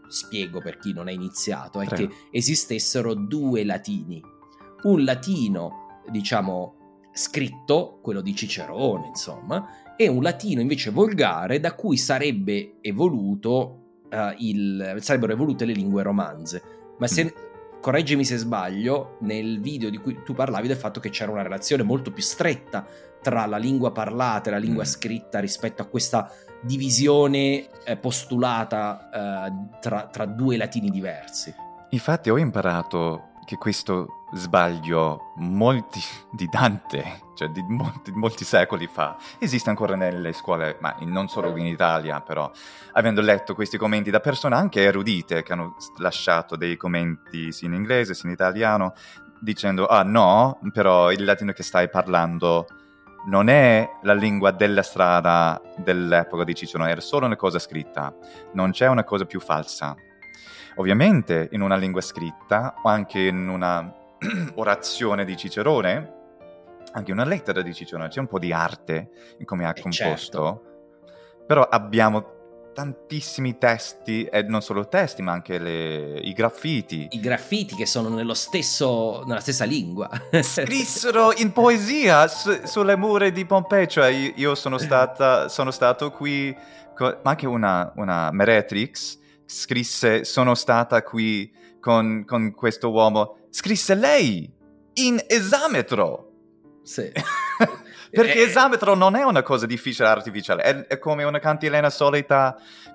spiego per chi non è iniziato, è Prego. che esistessero due latini. Un latino, diciamo, scritto, quello di Cicerone, insomma, e un latino invece volgare da cui sarebbe evoluto uh, il, sarebbero evolute le lingue romanze. Ma se, mm. correggimi se sbaglio, nel video di cui tu parlavi del fatto che c'era una relazione molto più stretta tra la lingua parlata e la lingua mm. scritta rispetto a questa divisione eh, postulata eh, tra, tra due latini diversi. Infatti ho imparato che questo sbaglio molti di Dante, cioè di molti, molti secoli fa, esiste ancora nelle scuole, ma non solo in Italia, però avendo letto questi commenti da persone anche erudite che hanno lasciato dei commenti sia in inglese sia in italiano dicendo ah no, però il latino che stai parlando non è la lingua della strada dell'epoca di Cicerone, era solo una cosa scritta, non c'è una cosa più falsa. Ovviamente in una lingua scritta o anche in una orazione di Cicerone, anche una lettera di Cicerone, c'è un po' di arte in come ha eh composto, certo. Però abbiamo tantissimi testi, e non solo testi, ma anche le, i graffiti. I graffiti che sono nello stesso, nella stessa lingua. Scrissero in poesia su, sulle mura di Pompei, cioè io, io sono, stata, sono stato qui, con, ma anche una, una Meretrix scrisse sono stata qui con, con questo uomo, scrisse lei in esametro. Sì. Perché eh, esametro non è una cosa difficile artificiale, è, è come una cantilena solita,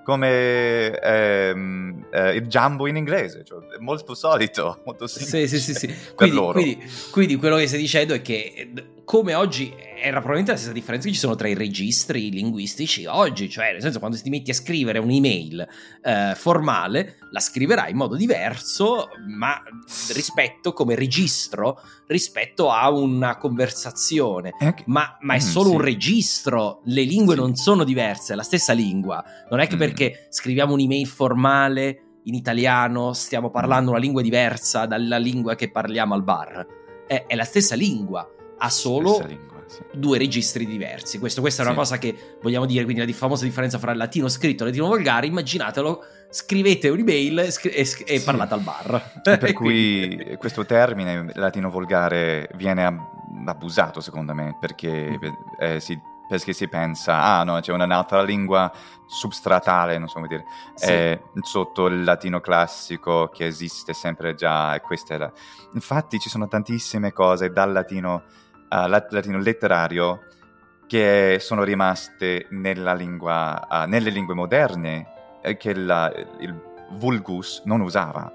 come ehm, eh, il jumbo in inglese, cioè è molto solito, molto semplice. Sì, sì, sì, sì. Per Quindi, loro. Quindi, quindi quello che stai dicendo è che come oggi era probabilmente la stessa differenza che ci sono tra i registri linguistici oggi, cioè nel senso quando ti metti a scrivere un'email eh, formale la scriverai in modo diverso, ma rispetto come registro rispetto a una conversazione, Anche... ma, ma è mm, solo sì. un registro, le lingue sì. non sono diverse, è la stessa lingua, non è che mm. perché scriviamo un'email formale in italiano stiamo parlando una lingua diversa dalla lingua che parliamo al bar, è, è la stessa lingua, ha solo lingua, sì. due registri diversi. Questo, questa è una sì. cosa che vogliamo dire, quindi la famosa differenza fra il latino scritto e il latino volgare. Immaginatelo, scrivete un'email scri- e, sc- e sì. parlate al bar. Per e cui quindi... questo termine latino volgare viene ab- abusato secondo me, perché, eh, si, perché si pensa, ah no, c'è un'altra lingua substratale, non so come dire, Sì. eh, sotto il latino classico che esiste sempre già, e questa è la... Infatti ci sono tantissime cose dal latino Uh, latino letterario che sono rimaste nella lingua, uh, nelle lingue moderne eh, che la, il vulgus non usava.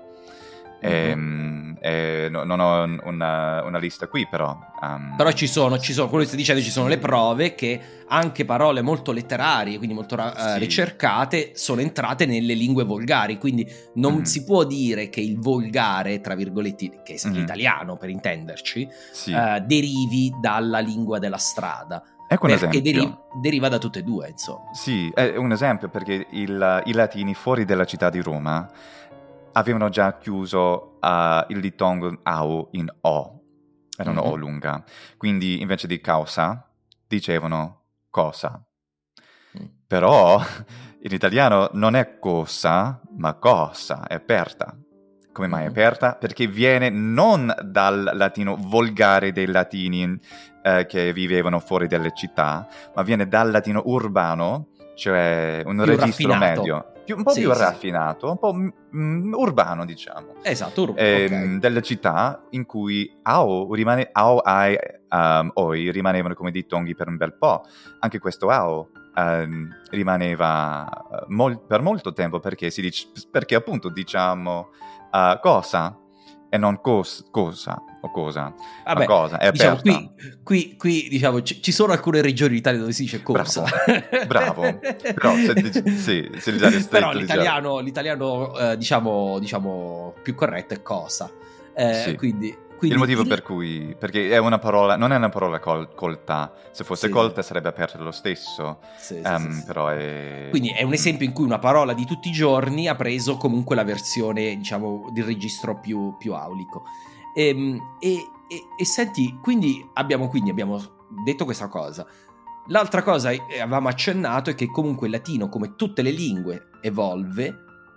Mm-hmm. E, e, no, non ho una, una lista qui, però um, però ci sono, ci sono, quello che stai dicendo, ci sono le prove che anche parole molto letterarie, quindi molto uh, sì. ricercate, sono entrate nelle lingue volgari, quindi non mm. si può dire che il volgare, tra virgolette, che è mm. l'italiano per intenderci, sì. uh, derivi dalla lingua della strada. Ecco un perché esempio. Deri- deriva da tutte e due, insomma. Sì, è un esempio, perché il, i latini fuori dalla città di Roma avevano già chiuso uh, il dittongo au in o, era una mm-hmm. o lunga, quindi invece di causa dicevano cosa. Mm. Però in italiano non è cosa, ma cosa, è aperta. Come mai è mm-hmm. aperta? Perché viene non dal latino volgare dei latini eh, che vivevano fuori dalle città, ma viene dal latino urbano, cioè un più registro raffinato. medio. Più, un po' sì, più sì. raffinato, un po' mm, urbano, diciamo. Esatto, ur- eh, okay. Delle città in cui ao, rimane, ao ai, um, oi rimanevano come dittonghi per un bel po'. Anche questo ao um, rimaneva mol- per molto tempo, perché, si dice, perché appunto diciamo uh, cosa e non cos- cosa o cosa. Vabbè, cosa è diciamo, aperta. qui, qui, qui diciamo ci, ci sono alcune regioni d'Italia dove si dice cosa. Bravo, bravo. Però, se, sì, se stretto, però l'italiano, l'italiano eh, diciamo, diciamo più corretto è cosa. Eh, sì. quindi, quindi il motivo il... per cui, perché è una parola, non è una parola col- colta, se fosse sì, colta sì. sarebbe aperta lo stesso, sì, um, sì, sì, però è... Quindi è un esempio in cui una parola di tutti i giorni ha preso comunque la versione, diciamo, del registro più, più aulico. E, e, e, e senti, quindi abbiamo, quindi abbiamo detto questa cosa. L'altra cosa, avevamo accennato, è che comunque il latino, come tutte le lingue, evolve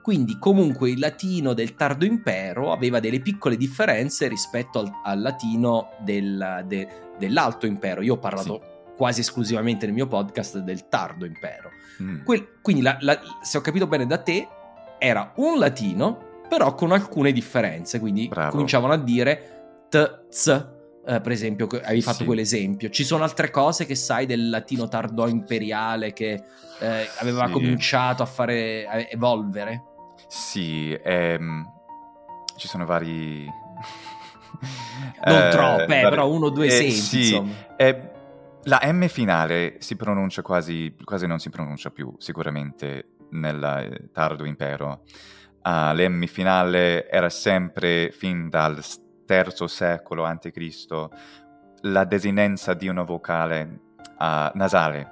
Quindi comunque il latino del tardo impero aveva delle piccole differenze rispetto al, al latino del, de, dell'alto impero. Io ho parlato sì. quasi esclusivamente nel mio podcast del tardo impero. Mm. Que- quindi la, la, se ho capito bene da te, era un latino però con alcune differenze, quindi Bravo. cominciavano a dire t, z, eh, per esempio, avevi fatto sì. quell'esempio. Ci sono altre cose che sai del latino tardo imperiale che eh, aveva sì. cominciato a fare, a evolvere? Sì, ehm, ci sono vari... non eh, troppe, vari... però uno o due eh, esempi, sì. insomma. Eh, la M finale si pronuncia quasi, quasi non si pronuncia più, sicuramente, nel tardo impero. Uh, l'M finale era sempre, fin dal terzo secolo antico Cristo, la desinenza di una vocale uh, nasale,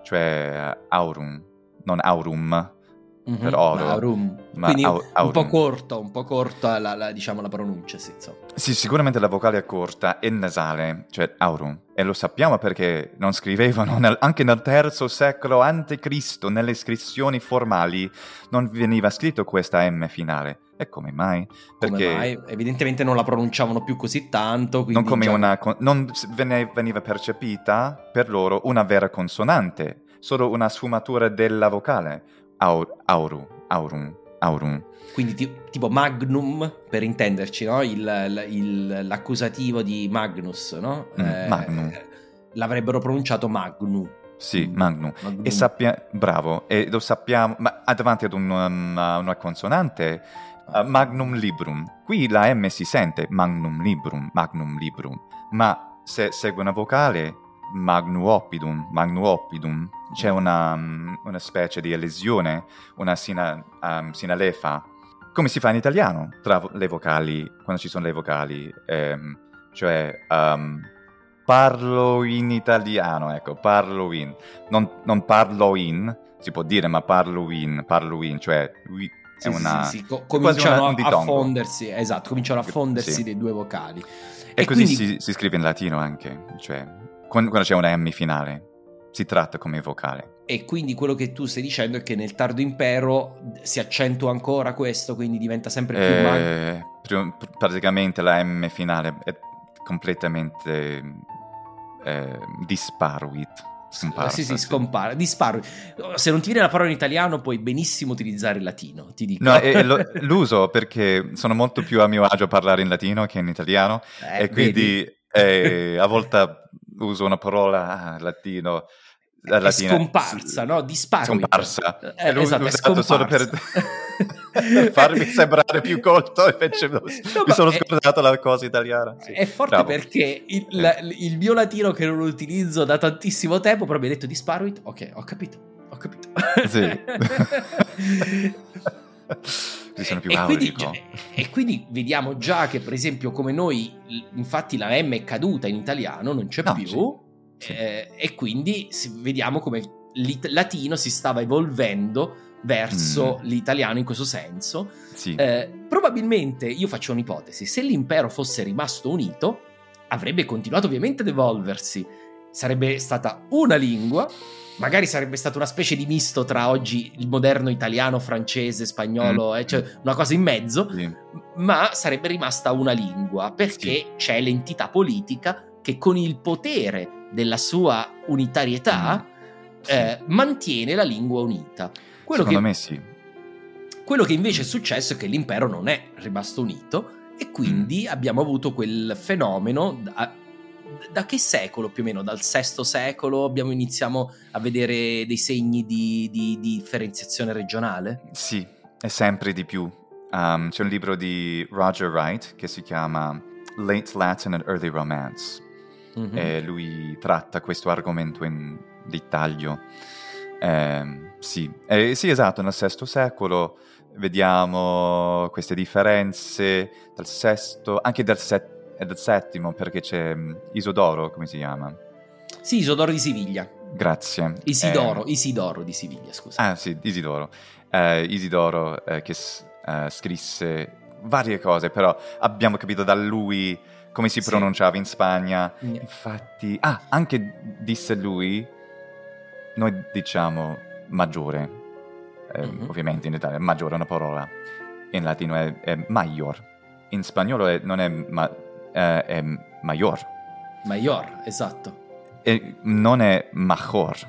cioè uh, aurum, non aurum, mm-hmm, per oro. Ma aurum. Ma Quindi au- aurum. un po' corto, un po' corta la, la, diciamo, la pronuncia, sì, insomma. Sì, sicuramente la vocale è corta e nasale, cioè aurum. E lo sappiamo perché non scrivevano, nel, anche nel terzo secolo antico Cristo, nelle iscrizioni formali, non veniva scritto questa M finale. E come mai? Perché come mai? Evidentemente non la pronunciavano più così tanto. Quindi non come già... una... non veniva percepita per loro una vera consonante, solo una sfumatura della vocale. Aur, auru, aurum, aurum. Quindi ti, tipo magnum, per intenderci, no? Il, il, l'accusativo di Magnus, no? Mm, eh, magnum. L'avrebbero pronunciato magnum. Sì, magnum. magnum. E sappia... Bravo, e lo sappiamo, ma davanti ad un, una, una consonante, uh, magnum librum. Qui la M si sente, magnum librum, magnum librum. Ma se segue una vocale, magnuopidum, magnuopidum, c'è una, una specie di elisione, una sina, um, sinalefa, come si fa in italiano tra le vocali, quando ci sono le vocali, ehm, cioè um, parlo in italiano, ecco, parlo in, non, non parlo in, si può dire, ma parlo in, parlo in, cioè è sì, una... Sì, sì, sì. Co- cominciano una, a fondersi, esatto, cominciano a fondersi sì. dei due vocali. E, e così quindi... si, si scrive in latino anche, cioè quando, quando c'è una M finale, si tratta come vocale. E quindi quello che tu stai dicendo è che nel tardo impero si accentua ancora questo, quindi diventa sempre più... Eh, man- praticamente la M finale è completamente eh, disparuit, scomparsa. Sì, sì, scompare, disparo. Se non ti viene la parola in italiano puoi benissimo utilizzare il latino, ti dico. No, e lo, l'uso perché sono molto più a mio agio a parlare in latino che in italiano, eh, e quindi eh, a volte uso una parola ah, latino... È latina. Scomparsa, no? Disparuit. Scomparsa. Eh, l'ho esatto, usato solo per, per farmi sembrare più colto, invece no, mi sono è, scordato la cosa italiana. Sì. È forte Bravo. Perché il, eh. la, il mio latino che non utilizzo da tantissimo tempo, però mi ha detto Disparuit, ok, ho capito, ho capito. Sì. Sono più e, quindi, e quindi vediamo già che, per esempio, come noi, infatti la M è caduta in italiano, non c'è no, più. Sì. Sì. Eh, e quindi vediamo come il latino si stava evolvendo verso mm. l'italiano in questo senso. Sì. Eh, probabilmente, io faccio un'ipotesi, se l'impero fosse rimasto unito avrebbe continuato ovviamente ad evolversi, sarebbe stata una lingua, magari sarebbe stata una specie di misto tra oggi il moderno italiano, francese, spagnolo, mm. eh, cioè una cosa in mezzo, sì. ma sarebbe rimasta una lingua perché sì. c'è l'entità politica che con il potere della sua unitarietà mm. sì. eh, mantiene la lingua unita. Quello Secondo che, me sì. Quello che invece è successo è che l'impero non è rimasto unito e quindi mm. abbiamo avuto quel fenomeno da, da che secolo più o meno? Dal sesto secolo abbiamo iniziamo a vedere dei segni di, di, di differenziazione regionale? Sì, è sempre di più. Um, c'è un libro di Roger Wright che si chiama Late Latin and Early Romance. Mm-hmm. E lui tratta questo argomento in dettaglio. Eh, sì. Eh, sì, esatto, nel sesto secolo vediamo queste differenze dal sesto, anche del, set, del settimo, perché c'è Isodoro, come si chiama? Sì, Isodoro di Siviglia. Grazie. Isidoro, eh, Isidoro di Siviglia, scusa. Ah sì, Isidoro. Eh, Isidoro eh, che eh, scrisse varie cose, però abbiamo capito da lui come si pronunciava sì. in Spagna. Mm. Infatti, ah, anche disse lui, noi diciamo maggiore. eh, Mhm. ovviamente in Italia maggiore è una parola, in latino è, è mayor, in spagnolo è- non è, ma, eh, è mayor, Mayor, esatto. e non è mejor,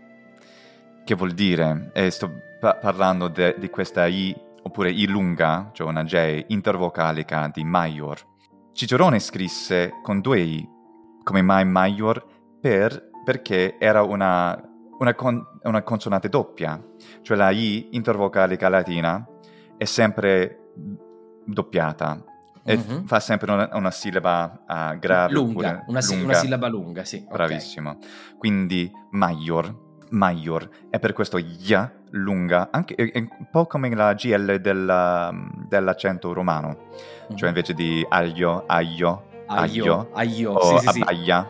che vuol dire, e sto pa- parlando de- di questa I, oppure I lunga, cioè una J intervocalica di mayor. Cicerone scrisse con due I, come mai mayor, per, perché era una, una, con- una consonante doppia, cioè la I intervocalica latina è sempre doppiata, e Mhm. fa sempre una, una sillaba ah, grave Lunga, oppure una, si- lunga. una sillaba lunga, sì. ok. Bravissimo. Quindi mayor, mayor, e per questo ya lunga, anche è, è un po' come la G L della- dell'accento romano, cioè Mhm. invece di aglio, aglio, Aglio, aglio, aglio, o sì, sì, sì. abbaglia.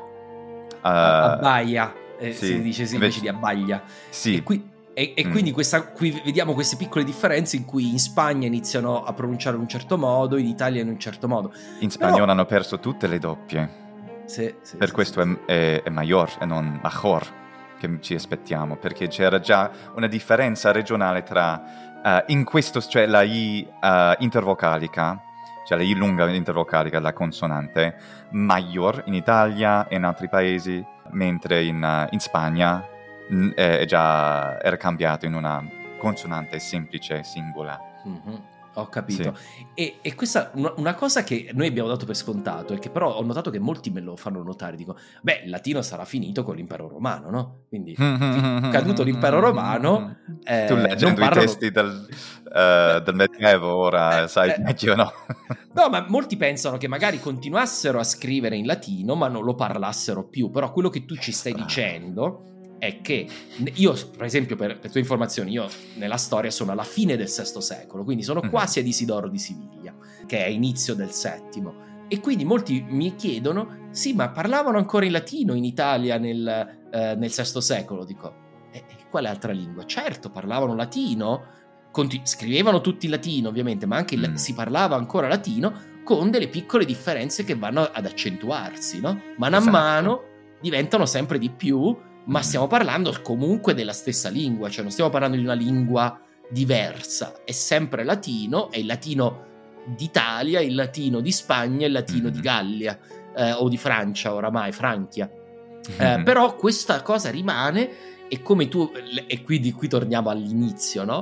A- eh, abbaia, eh, sì, si dice sì, invece invece- di abbaglia. sì. E, qui, e, e Mm. quindi questa, qui vediamo queste piccole differenze in cui in Spagna iniziano a pronunciare in un certo modo, in Italia in un certo modo. In spagnolo Però- hanno perso tutte le doppie, Sì, sì, per sì, questo sì, è, è, è mayor e non major che ci aspettiamo, perché c'era già una differenza regionale tra, eh, in questo, cioè la I eh, intervocalica, cioè la I lunga intervocalica, la consonante, mayor in Italia e in altri paesi, mentre in, eh, in Spagna mh, è già, era cambiato in una consonante semplice, singola. Mhm, ho capito. E, e questa una, una cosa che noi abbiamo dato per scontato e che però ho notato che molti me lo fanno notare, dico, beh, il latino sarà finito con l'impero romano, no? Quindi fi- caduto l'impero romano, eh, Tu non leggendo parlano- i testi del, eh, del Medioevo ora Eh, sai eh. meglio, no? No, ma molti pensano che magari continuassero a scrivere in latino, ma non lo parlassero più. Però quello che tu ci stai Strano. dicendo è che io, per esempio, per, per tue informazioni, io nella storia sono alla fine del sesto secolo, quindi sono Mhm. quasi ad Isidoro di Siviglia, che è inizio del settimo. E quindi molti mi chiedono, sì, ma parlavano ancora in latino in Italia nel, eh, nel sesto secolo? Dico, e, e quale altra lingua? Certo, parlavano latino, conti- scrivevano tutti in latino ovviamente, ma anche il- Mm. si parlava ancora latino con delle piccole differenze che vanno ad accentuarsi, no? Mano Esatto. a mano diventano sempre di più, ma Mm. stiamo parlando comunque della stessa lingua, cioè non stiamo parlando di una lingua diversa, è sempre latino, è il latino d'Italia, il latino di Spagna, il latino Mm. di Gallia, eh, o di Francia oramai, Francia. Eh, Mhm. però questa cosa rimane, e come tu, e quindi qui torniamo all'inizio, no?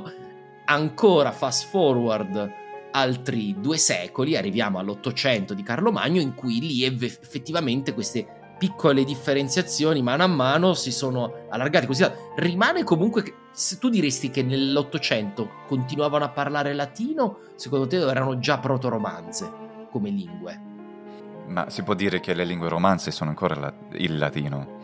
Ancora fast forward altri due secoli, arriviamo all'Ottocento di Carlo Magno, in cui lì ev- effettivamente queste piccole differenziazioni mano a mano si sono allargate così. Rimane comunque che, se tu diresti che nell'Ottocento continuavano a parlare latino, secondo te erano già proto-romanze come lingue? Ma si può dire che le lingue romanze sono ancora la- il latino.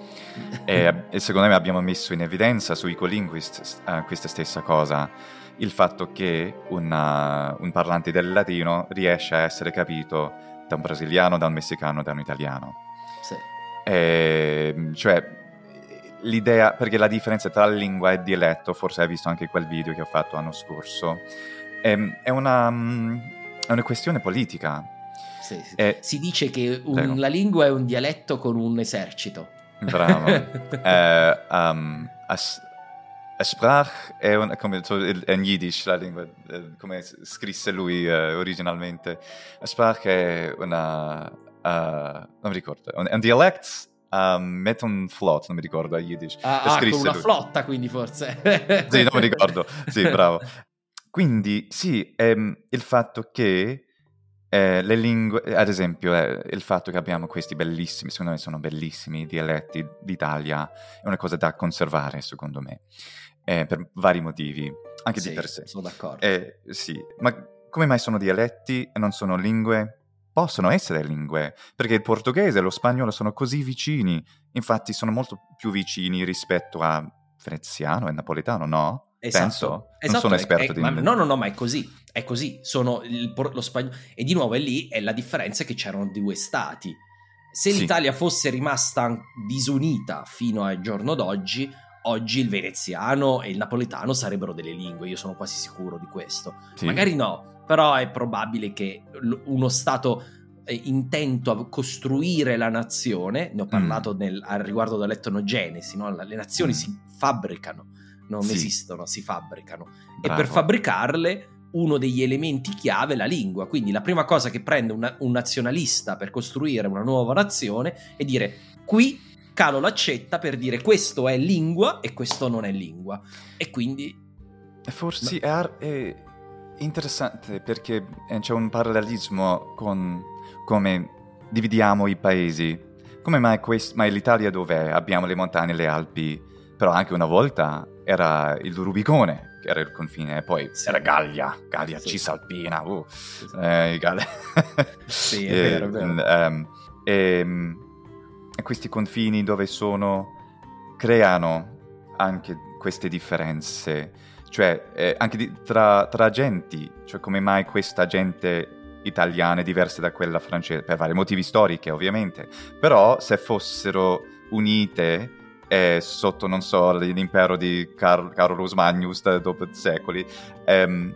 E, e secondo me abbiamo messo in evidenza su Ecolinguist eh, questa stessa cosa, il fatto che una- un parlante del latino riesce a essere capito da un brasiliano, da un messicano, da un italiano. Sì. E, cioè, l'idea, perché la differenza tra lingua e dialetto, forse hai visto anche quel video che ho fatto l'anno scorso, è, è una, è una questione politica. Sì, sì. E- Si dice che un- Prego. la lingua è un dialetto con un esercito. Bravo. Eh, um, as, a Sprach è un, come so, il- è in Yiddish la lingua, eh, come s- scrisse lui eh, originalmente. A Sprach è una, uh, non mi ricordo, è un, è un dialetto um, met un flot, non mi ricordo a Yiddish. Ah, Lo ah, con scrisse una lui. flotta, quindi forse. Sì, non mi ricordo. Sì, bravo. Quindi, sì, ehm, il fatto che eh, le lingue, ad esempio, eh, il fatto che abbiamo questi bellissimi, secondo me sono bellissimi dialetti d'Italia, è una cosa da conservare, secondo me, eh, per vari motivi, anche Sì, di per sé. sono d'accordo. Eh, sì, ma come mai sono dialetti e non sono lingue? Possono essere lingue, perché il portoghese e lo spagnolo sono così vicini, infatti sono molto più vicini rispetto a veneziano e napoletano, no? Esatto, Penso, non esatto, sono è- esperto è- di... ma no, no, no, ma è così, è così, sono il, por- lo spagnolo, e di nuovo è lì, è la differenza che c'erano due stati. Se Sì. l'Italia fosse rimasta disunita fino al giorno d'oggi, oggi il veneziano e il napoletano sarebbero delle lingue, io sono quasi sicuro di questo. Sì. Magari no, però è probabile che l- uno stato eh, intento a costruire la nazione, ne ho parlato nel, al riguardo dell'etnogenesi, no? Le nazioni Mm. si fabbricano. non Sì. esistono, si fabbricano. Bravo. E per fabbricarle uno degli elementi chiave è la lingua. Quindi la prima cosa che prende un, un nazionalista per costruire una nuova nazione è dire: qui calo l'accetta per dire questo è lingua e questo non è lingua. E quindi E forse è, ar- è interessante perché c'è un parallelismo con come dividiamo i paesi. Come mai, quest- mai l'Italia dov'è? Abbiamo le montagne e le Alpi, però anche una volta era il Rubicone che era il confine, e poi Sì. era Gallia, Gallia Sì. Cisalpina, uh, eh, Gallia. Sì, è vero, è vero. E, ehm, e, e questi confini dove sono creano anche queste differenze, cioè eh, anche di, tra, tra genti, cioè come mai questa gente italiana è diversa da quella francese, per vari motivi storici ovviamente, però se fossero unite eh, sotto, non so, l'impero di Car- Carolus Magnus da- dopo secoli, ehm,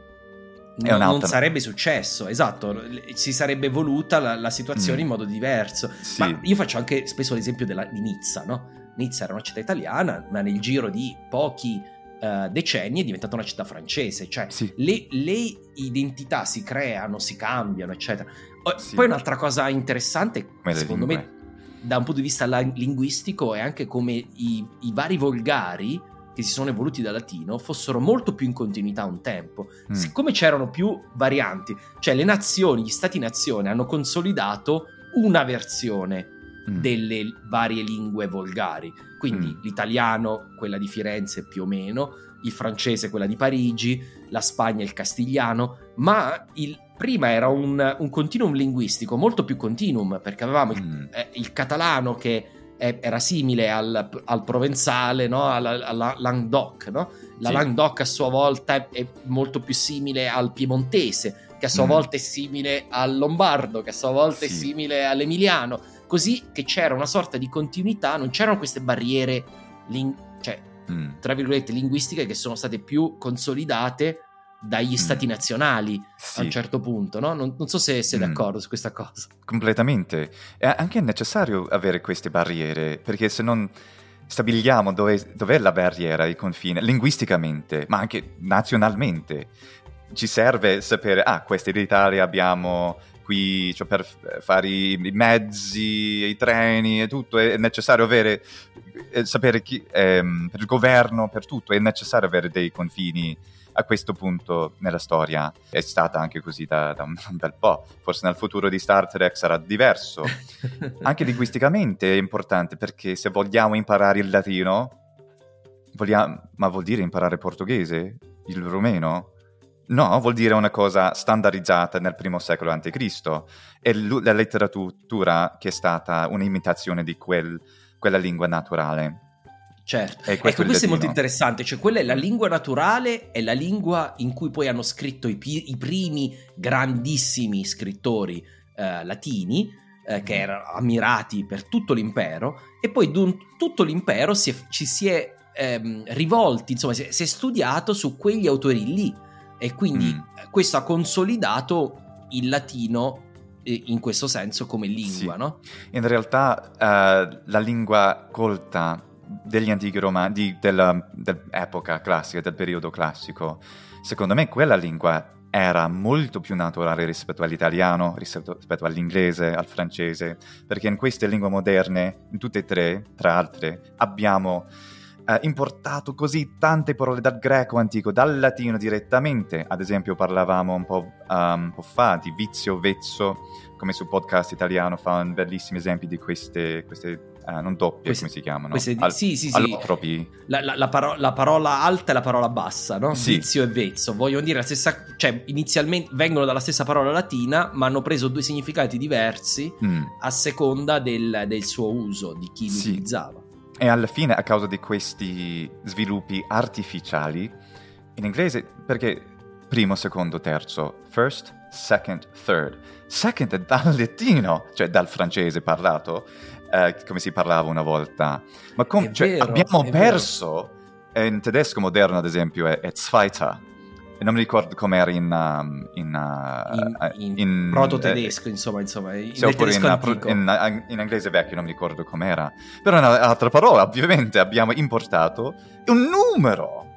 è non, un'altra... non sarebbe successo, esatto, si sarebbe evoluta la, la situazione Mm. in modo diverso. Sì. Ma io faccio anche spesso l'esempio della, di Nizza, no? Nizza era una città italiana, ma nel giro di pochi uh, decenni è diventata una città francese, cioè Sì. le, le identità si creano, si cambiano, eccetera. O- Sì. Poi un'altra cosa interessante, Come le secondo lingue. me, da un punto di vista la- linguistico, è anche come i, i vari volgari che si sono evoluti dal latino fossero molto più in continuità un tempo. Mm. Siccome c'erano più varianti, cioè le nazioni, gli stati-nazione hanno consolidato una versione Mm. delle varie lingue volgari. Quindi Mm. l'italiano, quella di Firenze più o meno, il francese, quella di Parigi, la Spagna, il castigliano, ma il, prima era un, un continuum linguistico molto più continuum, perché avevamo il, Mm. eh, il catalano che è- era simile al, al provenzale, no? alla, alla Languedoc, no? La Sì. Languedoc a sua volta è, è molto più simile al piemontese, che a sua Mm. volta è simile al lombardo, che a sua volta è Sì. simile all'emiliano, così che c'era una sorta di continuità, non c'erano queste barriere, ling- cioè, Mm. tra virgolette, linguistiche che sono state più consolidate dagli Mm. stati nazionali Sì. a un certo punto, no? Non, non so se sei Mm. d'accordo su questa cosa. Completamente. È anche necessario avere queste barriere, perché se non stabiliamo dove, dov'è la barriera, il confine, linguisticamente, ma anche nazionalmente, ci serve sapere, ah, questa è l'Italia, abbiamo qui, cioè per f- fare i, i mezzi, i treni e tutto, è necessario avere, eh, sapere chi, ehm, per il governo, per tutto, è necessario avere dei confini. A questo punto nella storia è stata anche così da, da un bel po'. Forse nel futuro di Star Trek sarà diverso. Anche linguisticamente è importante, perché se vogliamo imparare il latino, vogliamo, ma vuol dire imparare portoghese? Il rumeno? No, vuol dire una cosa standardizzata nel primo secolo antico Cristo. È l- la letteratura che è stata un'imitazione di quel, quella lingua naturale. Certo, E questo ecco, è il questo è molto latino. interessante, cioè quella è la lingua naturale, è la lingua in cui poi hanno scritto i, pi- i primi grandissimi scrittori eh, latini, eh, che erano ammirati per tutto l'impero, e poi dun- tutto l'impero si è- ci si è ehm, rivolti, insomma si è, si è studiato su quegli autori lì, e quindi Mm. eh, questo ha consolidato il latino eh, in questo senso come lingua, Sì. no? In realtà eh, la lingua colta degli antichi romani, di- della- dell'epoca classica, del periodo classico, secondo me quella lingua era molto più naturale rispetto all'italiano, rispetto, rispetto all'inglese, al francese, perché in queste lingue moderne, in tutte e tre, tra altre, abbiamo eh, importato così tante parole dal greco antico, dal latino direttamente. Ad esempio parlavamo un po', um, un po' fa di vizio, vezzo, come sul podcast italiano fa un bellissimi esempi di queste, queste uh, non doppie, Queste- come si chiamano? queste di- Al- sì, sì, sì. allotropi. La, la- la paro- la parola alta e la parola bassa, no? Sì. Vizio e vezzo, vogliono dire la stessa, cioè inizialmente vengono dalla stessa parola latina, ma hanno preso due significati diversi Mm. a seconda del, del suo uso, di chi li Sì. utilizzava. E alla fine, a causa di questi sviluppi artificiali, in inglese, perché primo, secondo, terzo, first, second, third. Second è dal latino, cioè dal francese parlato, eh, come si parlava una volta. Ma com- È cioè, vero, abbiamo è perso, eh, in tedesco moderno ad esempio è, è zweiter, e non mi ricordo com'era in... um, in, uh, In, in in- proto-tedesco, insomma, insomma, in, sì, nel oppure tedesco in, antico. in, in inglese vecchio, non mi ricordo com'era. Però è un'altra parola, ovviamente abbiamo importato un numero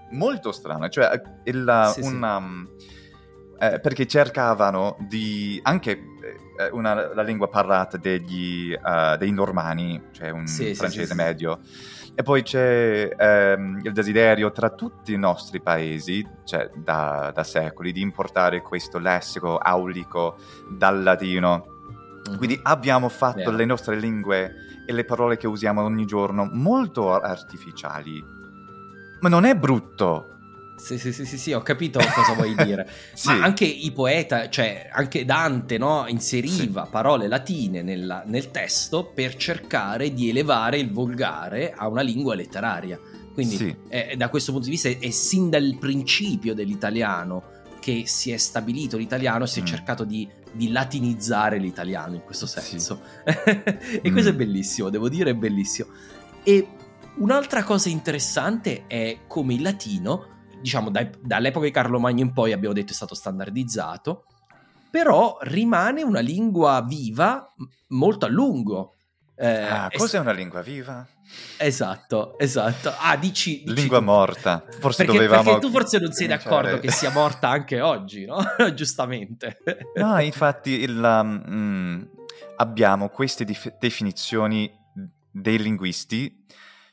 molto strana, cioè il, Sì, una, um, eh, perché cercavano di anche eh, una, la lingua parlata degli, uh, dei normanni, cioè un Sì, sì, francese sì, sì. medio, e poi c'è ehm, il desiderio tra tutti i nostri paesi, cioè da, da secoli, di importare questo lessico aulico dal latino. Mhm. Quindi abbiamo fatto Vero. le nostre lingue e le parole che usiamo ogni giorno molto artificiali. Ma non è brutto. Sì, sì, sì, sì, sì, ho capito cosa vuoi dire. Sì. Ma anche i poeta, cioè anche Dante, no, inseriva Sì. parole latine nella- nel testo per cercare di elevare il volgare a una lingua letteraria. Quindi Sì. eh, da questo punto di vista è, è sin dal principio dell'italiano che si è stabilito l'italiano e si è Mm. cercato di, di latinizzare l'italiano in questo Sì. senso. E questo Mm. è bellissimo, devo dire, è bellissimo. E un'altra cosa interessante è come il latino, diciamo dai- dall'epoca di Carlo Magno in poi, abbiamo detto, è stato standardizzato, però rimane una lingua viva m- molto a lungo. Eh, Ah, è- cos'è una lingua viva? Esatto, esatto. Ah, dici, dici Lingua tu. morta. Forse Perché, dovevamo perché tu forse non sei cominciare- d'accordo che sia morta anche oggi, no? Giustamente. No, infatti il, um, mm, abbiamo queste dif- definizioni dei linguisti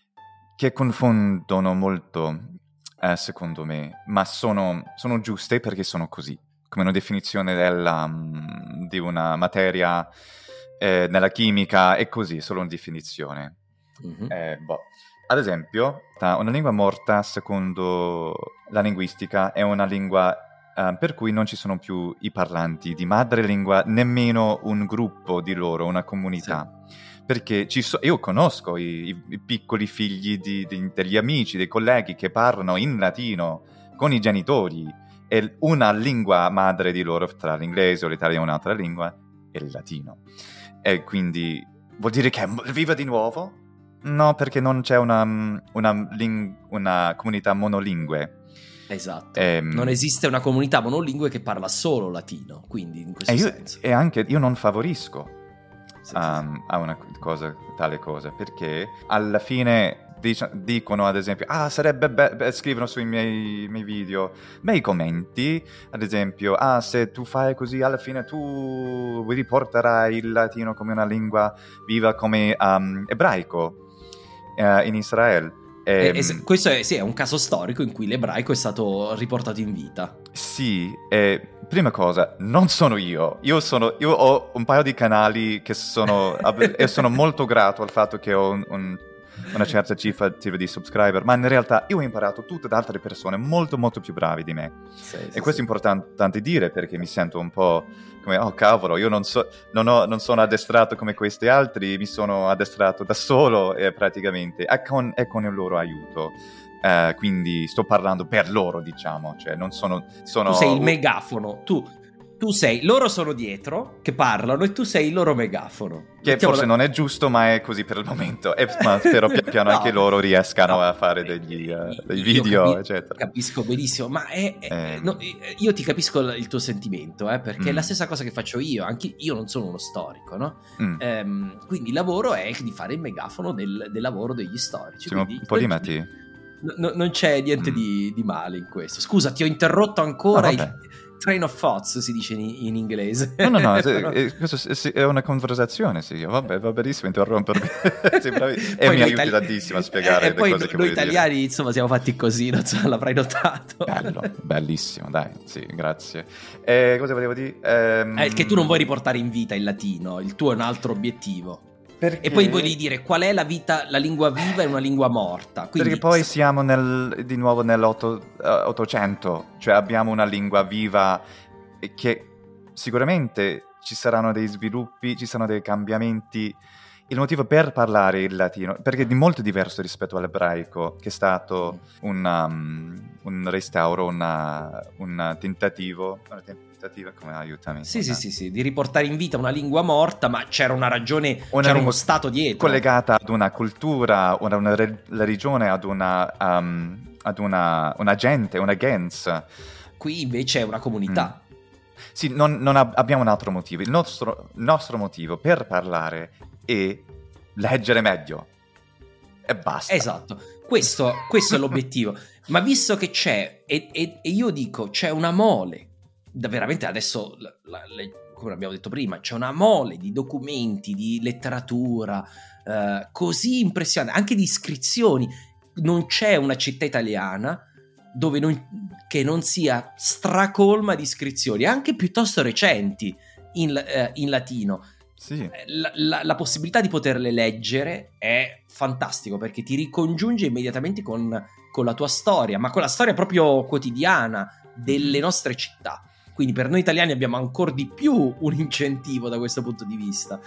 che confondono molto, eh, secondo me, ma sono, sono giuste perché sono così. Come una definizione della, mm, di una materia eh, nella chimica è così, solo una definizione. Mhm. Eh, boh. Ad esempio, una lingua morta, secondo la linguistica, è una lingua eh, per cui non ci sono più i parlanti di madrelingua, nemmeno un gruppo di loro, una comunità. Perché ci so- io conosco i, i- i piccoli figli di- di- degli amici, dei colleghi che parlano in latino con i genitori, e una lingua madre di loro, tra l'inglese o l'italiano, un'altra lingua, è il latino. E quindi vuol dire che è viva di nuovo? No, perché non c'è una, una, ling- una comunità monolingue. Esatto. Ehm, Non esiste una comunità monolingue che parla solo latino, quindi in questo E, io, senso. e anche io non favorisco Sì, sì, um, a una cosa, tale cosa, perché alla fine dic- dicono, ad esempio, ah, sarebbe bello, scrivono sui miei, miei video, bei commenti, ad esempio, ah, se tu fai così, alla fine tu riporterai il latino come una lingua viva come um, ebraico uh, in Israele. Eh, Ehm, es- questo è, sì, è un caso storico in cui l'ebraico è stato riportato in vita. Sì, eh, prima cosa, non sono io. Io, sono, io ho un paio di canali che sono... e sono molto grato al fatto che ho un, un, una certa cifra di subscriber, ma in realtà io ho imparato tutto da altre persone molto molto più bravi di me. Sì, E sì, questo sì. è importante dire, perché mi sento un po' come, oh cavolo, io non, so, non, ho, non sono addestrato come questi altri, mi sono addestrato da solo eh, praticamente, e con, e con il loro aiuto. Uh, quindi sto parlando per loro, diciamo, cioè non sono... sono... Tu sei il megafono, tu, tu sei, loro sono dietro che parlano e tu sei il loro megafono. Che Mettiamola- forse non è giusto, ma è così per il momento. E, ma spero pian piano No, anche loro riescano no, a fare eh, degli, uh, io dei video, capi- eccetera. Capisco benissimo, ma è, è- Ehm. no, io ti capisco il tuo sentimento, eh, perché è Mm. la stessa cosa che faccio io, anche io non sono uno storico, no? Mm. Ehm, quindi il lavoro è di fare il megafono del, del lavoro degli storici. Sì, un quindi po' di non- Matti. no- non c'è niente Mm. di, di male in questo. Scusa, ti ho interrotto ancora No, il vabbè. train of thoughts, si dice in, in inglese. No, no, no, Però- è, è- questo è- sì, è una conversazione, sì. Vabbè, va benissimo interrompermi. Sì, bravi. E Poi mi noi aiuti itali- tantissimo a spiegare e le poi cose no- che noi voglio dire. italiani, insomma, siamo fatti così, non so, l'avrai notato. Bello, bellissimo, dai, sì, grazie. Eh, cosa volevo dire? Ehm, È che tu non vuoi riportare in vita il latino, il tuo è un altro obiettivo. perché- E poi volevi dire qual è la vita, la lingua viva e una lingua morta. Quindi, Perché poi siamo nel, di nuovo nell'Ottocento, cioè abbiamo una lingua viva e che sicuramente ci saranno dei sviluppi, ci saranno dei cambiamenti. Il motivo per parlare il latino, perché è di molto diverso rispetto all'ebraico, che è stato un, um, un restauro, una, un tentativo, una tentativa, come aiutami? Sì, Una- sì, sì, sì, di riportare in vita una lingua morta, ma c'era una ragione, Una c'era uno lingua stato dietro. collegata ad una cultura, una, una re- religione, ad una, um, ad una, una gente, una gens. Qui invece è una comunità. Sì, non, non ab- abbiamo un altro motivo. Il nostro, il nostro motivo per parlare è leggere meglio. E basta. Esatto. questo, questo è l'obiettivo. Ma visto che c'è, e, e, e io dico, c'è una mole, da veramente adesso, la, la, le, come abbiamo detto prima, c'è una mole di documenti, di letteratura, eh, così impressionante, anche di iscrizioni. Non c'è una città italiana dove non, che non sia stracolma di iscrizioni, anche piuttosto recenti, in, eh, in latino. Sì. La, la, la possibilità di poterle leggere è fantastico, perché ti ricongiunge immediatamente con, con la tua storia, ma con la storia proprio quotidiana delle nostre città. Quindi per noi italiani abbiamo ancora di più un incentivo da questo punto di vista,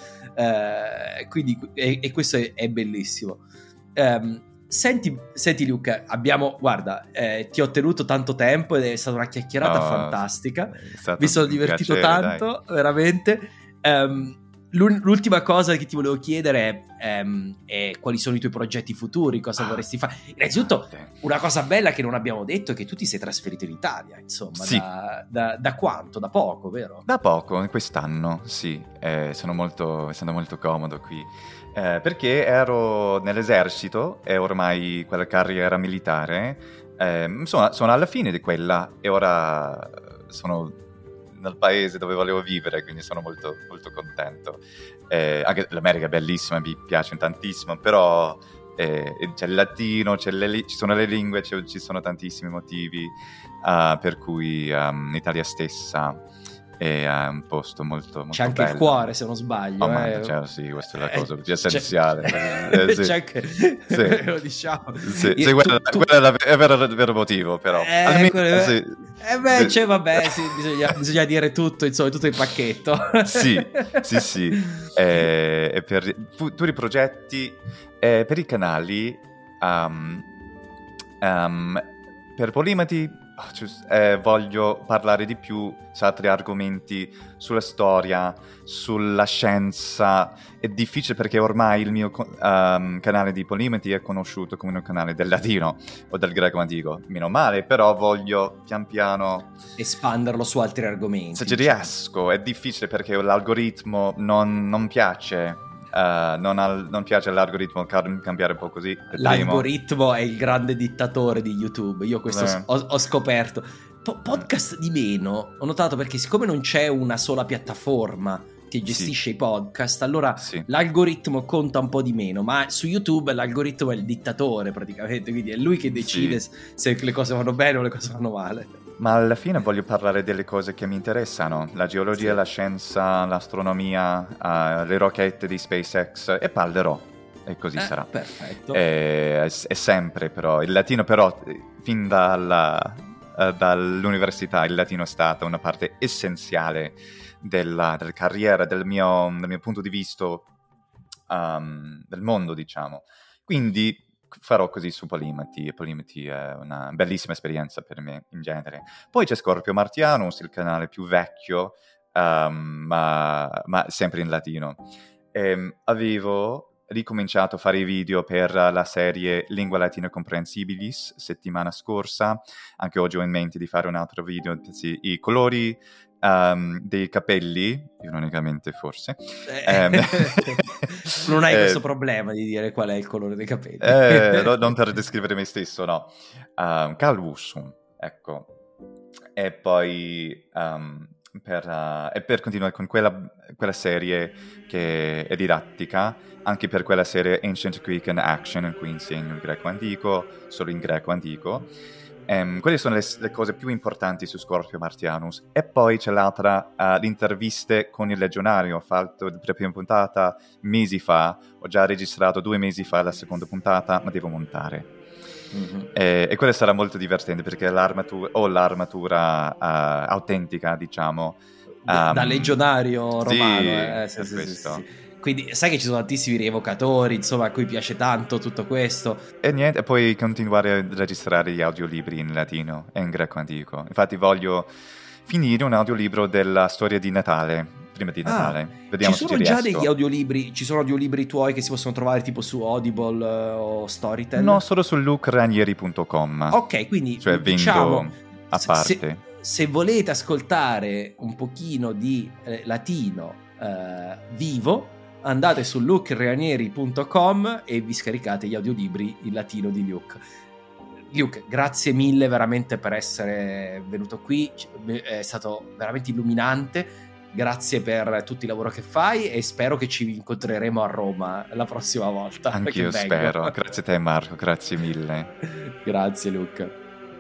eh, quindi, e, e questo è, è bellissimo. Um, senti, senti Luca, abbiamo, guarda, eh, ti ho tenuto tanto tempo ed è stata una chiacchierata oh, fantastica, mi sono divertito piacere, tanto, dai. Veramente. Um, L'ultima cosa che ti volevo chiedere è, è quali sono i tuoi progetti futuri, cosa ah, vorresti fare. Innanzitutto, una cosa bella che non abbiamo detto è che tu ti sei trasferito in Italia, insomma, sì. da, da, da quanto? Da poco, vero? Da poco, quest'anno, sì, eh, sono molto, sono molto comodo qui, eh, perché ero nell'esercito e ormai quella carriera militare, eh, insomma, sono alla fine di quella e ora sono nel paese dove volevo vivere, quindi sono molto, molto contento. Eh, anche l'America è bellissima, mi piace tantissimo, però eh, c'è il latino, c'è le, ci sono le lingue, ci sono tantissimi motivi uh, per cui um, l'Italia stessa è uh, un posto molto, molto c'è anche bello. Il cuore, se non sbaglio. Oh, eh. ma, cioè, sì, questa è la cosa più essenziale. C'è, eh, sì. c'è anche, sì. Lo diciamo. Sì, sì, quella, tu, tu... quella è il vero, il vero motivo, però. Eh, Almeno, quello, sì. eh beh, sì. Cioè, vabbè, sì, bisogna, bisogna dire tutto, insomma, tutto il pacchetto. Sì, sì, sì. E, e per futuri progetti, eh, per i canali, um, um, per Polimati, Eh, voglio parlare di più su altri argomenti, sulla storia, sulla scienza. È difficile perché ormai il mio um, canale di Polimati è conosciuto come un canale del latino o del greco antico, meno male, però voglio pian piano espanderlo su altri argomenti. Se ci riesco, è difficile perché l'algoritmo non, non piace. Uh, non, al, non piace l'algoritmo cambiare un po' così. L'algoritmo è il grande dittatore di YouTube. Io questo eh. ho, ho scoperto. Po- podcast di meno, ho notato, perché siccome non c'è una sola piattaforma che gestisce sì. i podcast, allora sì. l'algoritmo conta un po' di meno, ma su YouTube l'algoritmo è il dittatore praticamente, quindi è lui che decide sì. se le cose vanno bene o le cose vanno male. Ma alla fine voglio parlare delle cose che mi interessano, la geologia, sì. la scienza, l'astronomia, uh, le rocchette di SpaceX, e parlerò, e così eh, sarà. Perfetto. E, è, è sempre però, il latino però, fin dalla, uh, dall'università, il latino è stata una parte essenziale della, della carriera, del mio, del mio punto di vista, um, del mondo, diciamo. Quindi farò così su Polimati, e Polimati è una bellissima esperienza per me in genere. Poi c'è Scorpio Martianus, il canale più vecchio, um, ma, ma sempre in latino. E avevo ricominciato a fare i video per la serie Lingua Latina Comprehensibilis settimana scorsa, anche oggi ho in mente di fare un altro video, sì, i colori Um, dei capelli, ironicamente forse eh, um, non hai eh, questo problema di dire qual è il colore dei capelli, eh, no, non per descrivere me stesso, no, um, calvusum, ecco. E poi um, per, uh, e per continuare con quella, quella serie che è didattica, anche per quella serie Ancient Greek and Action, in cui insegno il greco antico, solo in greco antico. Um, quelle sono le, le cose più importanti su Scorpio Martianus. E poi c'è l'altra, uh, le interviste con il legionario. Ho fatto la prima puntata mesi fa, ho già registrato due mesi fa la seconda puntata, ma devo montare. Mm-hmm. E, e quella sarà molto divertente perché l'armatura, o l'armatura uh, autentica, diciamo. Um, da legionario romano. Sì, eh, sì, sì, sì, sì. Quindi sai che ci sono tantissimi rievocatori, insomma, a cui piace tanto tutto questo. E niente, poi continuare a registrare gli audiolibri in latino e in greco antico. Infatti voglio finire un audiolibro della storia di Natale, prima di Natale. Ah, Vediamo ci se sono ci già riesco. degli audiolibri, ci sono audiolibri tuoi che si possono trovare tipo su Audible uh, o Storytel? No, solo su luke ranieri punto com. Ok, quindi cioè diciamo, vendo a parte. Se, se volete ascoltare un pochino di eh, latino eh, vivo, andate su luke ranieri punto com e vi scaricate gli audiolibri in latino di Luke. Luke, grazie mille veramente per essere venuto qui, è stato veramente illuminante. Grazie per tutto il lavoro che fai e spero che ci incontreremo a Roma la prossima volta. Anch'io spero. Grazie a te Marco, grazie mille. Grazie Luca.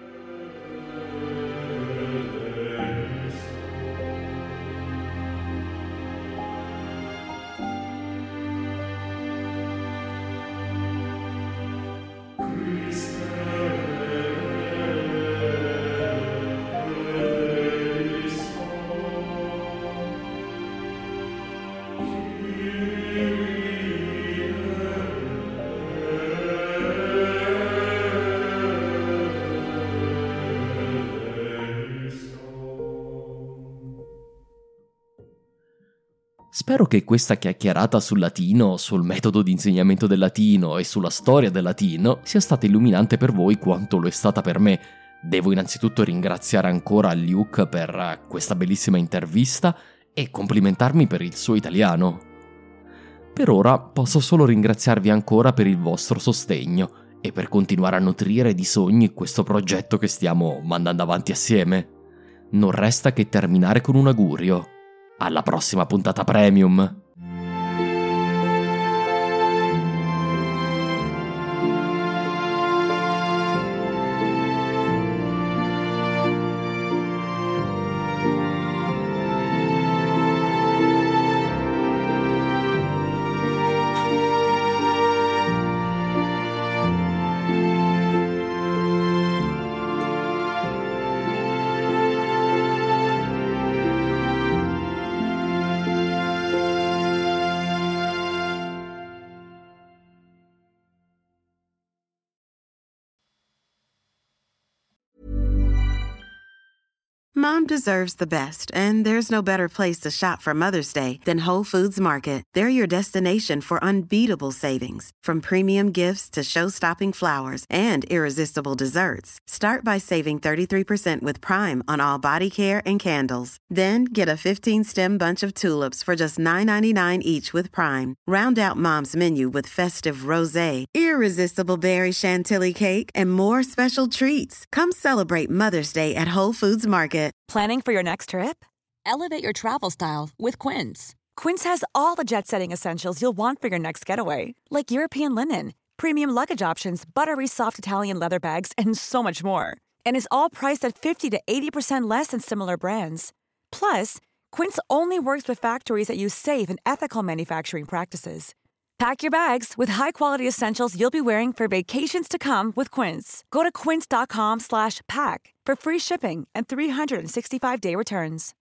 Spero che questa chiacchierata sul latino, sul metodo di insegnamento del latino e sulla storia del latino sia stata illuminante per voi quanto lo è stata per me. Devo innanzitutto ringraziare ancora Luke per questa bellissima intervista e complimentarmi per il suo italiano. Per ora posso solo ringraziarvi ancora per il vostro sostegno e per continuare a nutrire di sogni questo progetto che stiamo mandando avanti assieme. Non resta che terminare con un augurio. Alla prossima puntata premium! Mom deserves the best, and there's no better place to shop for Mother's Day than Whole Foods Market. They're your destination for unbeatable savings, from premium gifts to show-stopping flowers and irresistible desserts. Start by saving thirty-three percent with Prime on all body care and candles. Then get a fifteen-stem bunch of tulips for just nine ninety-nine each with Prime. Round out Mom's menu with festive rosé, irresistible berry chantilly cake, and more special treats. Come celebrate Mother's Day at Whole Foods Market. Planning for your next trip? Elevate your travel style with Quince. Quince has all the jet-setting essentials you'll want for your next getaway, like European linen, premium luggage options, buttery soft Italian leather bags, and so much more. And is all priced at fifty to eighty percent less than similar brands. Plus, Quince only works with factories that use safe and ethical manufacturing practices. Pack your bags with high-quality essentials you'll be wearing for vacations to come with Quince. Go to quince.com slash pack for free shipping and three sixty-five day returns.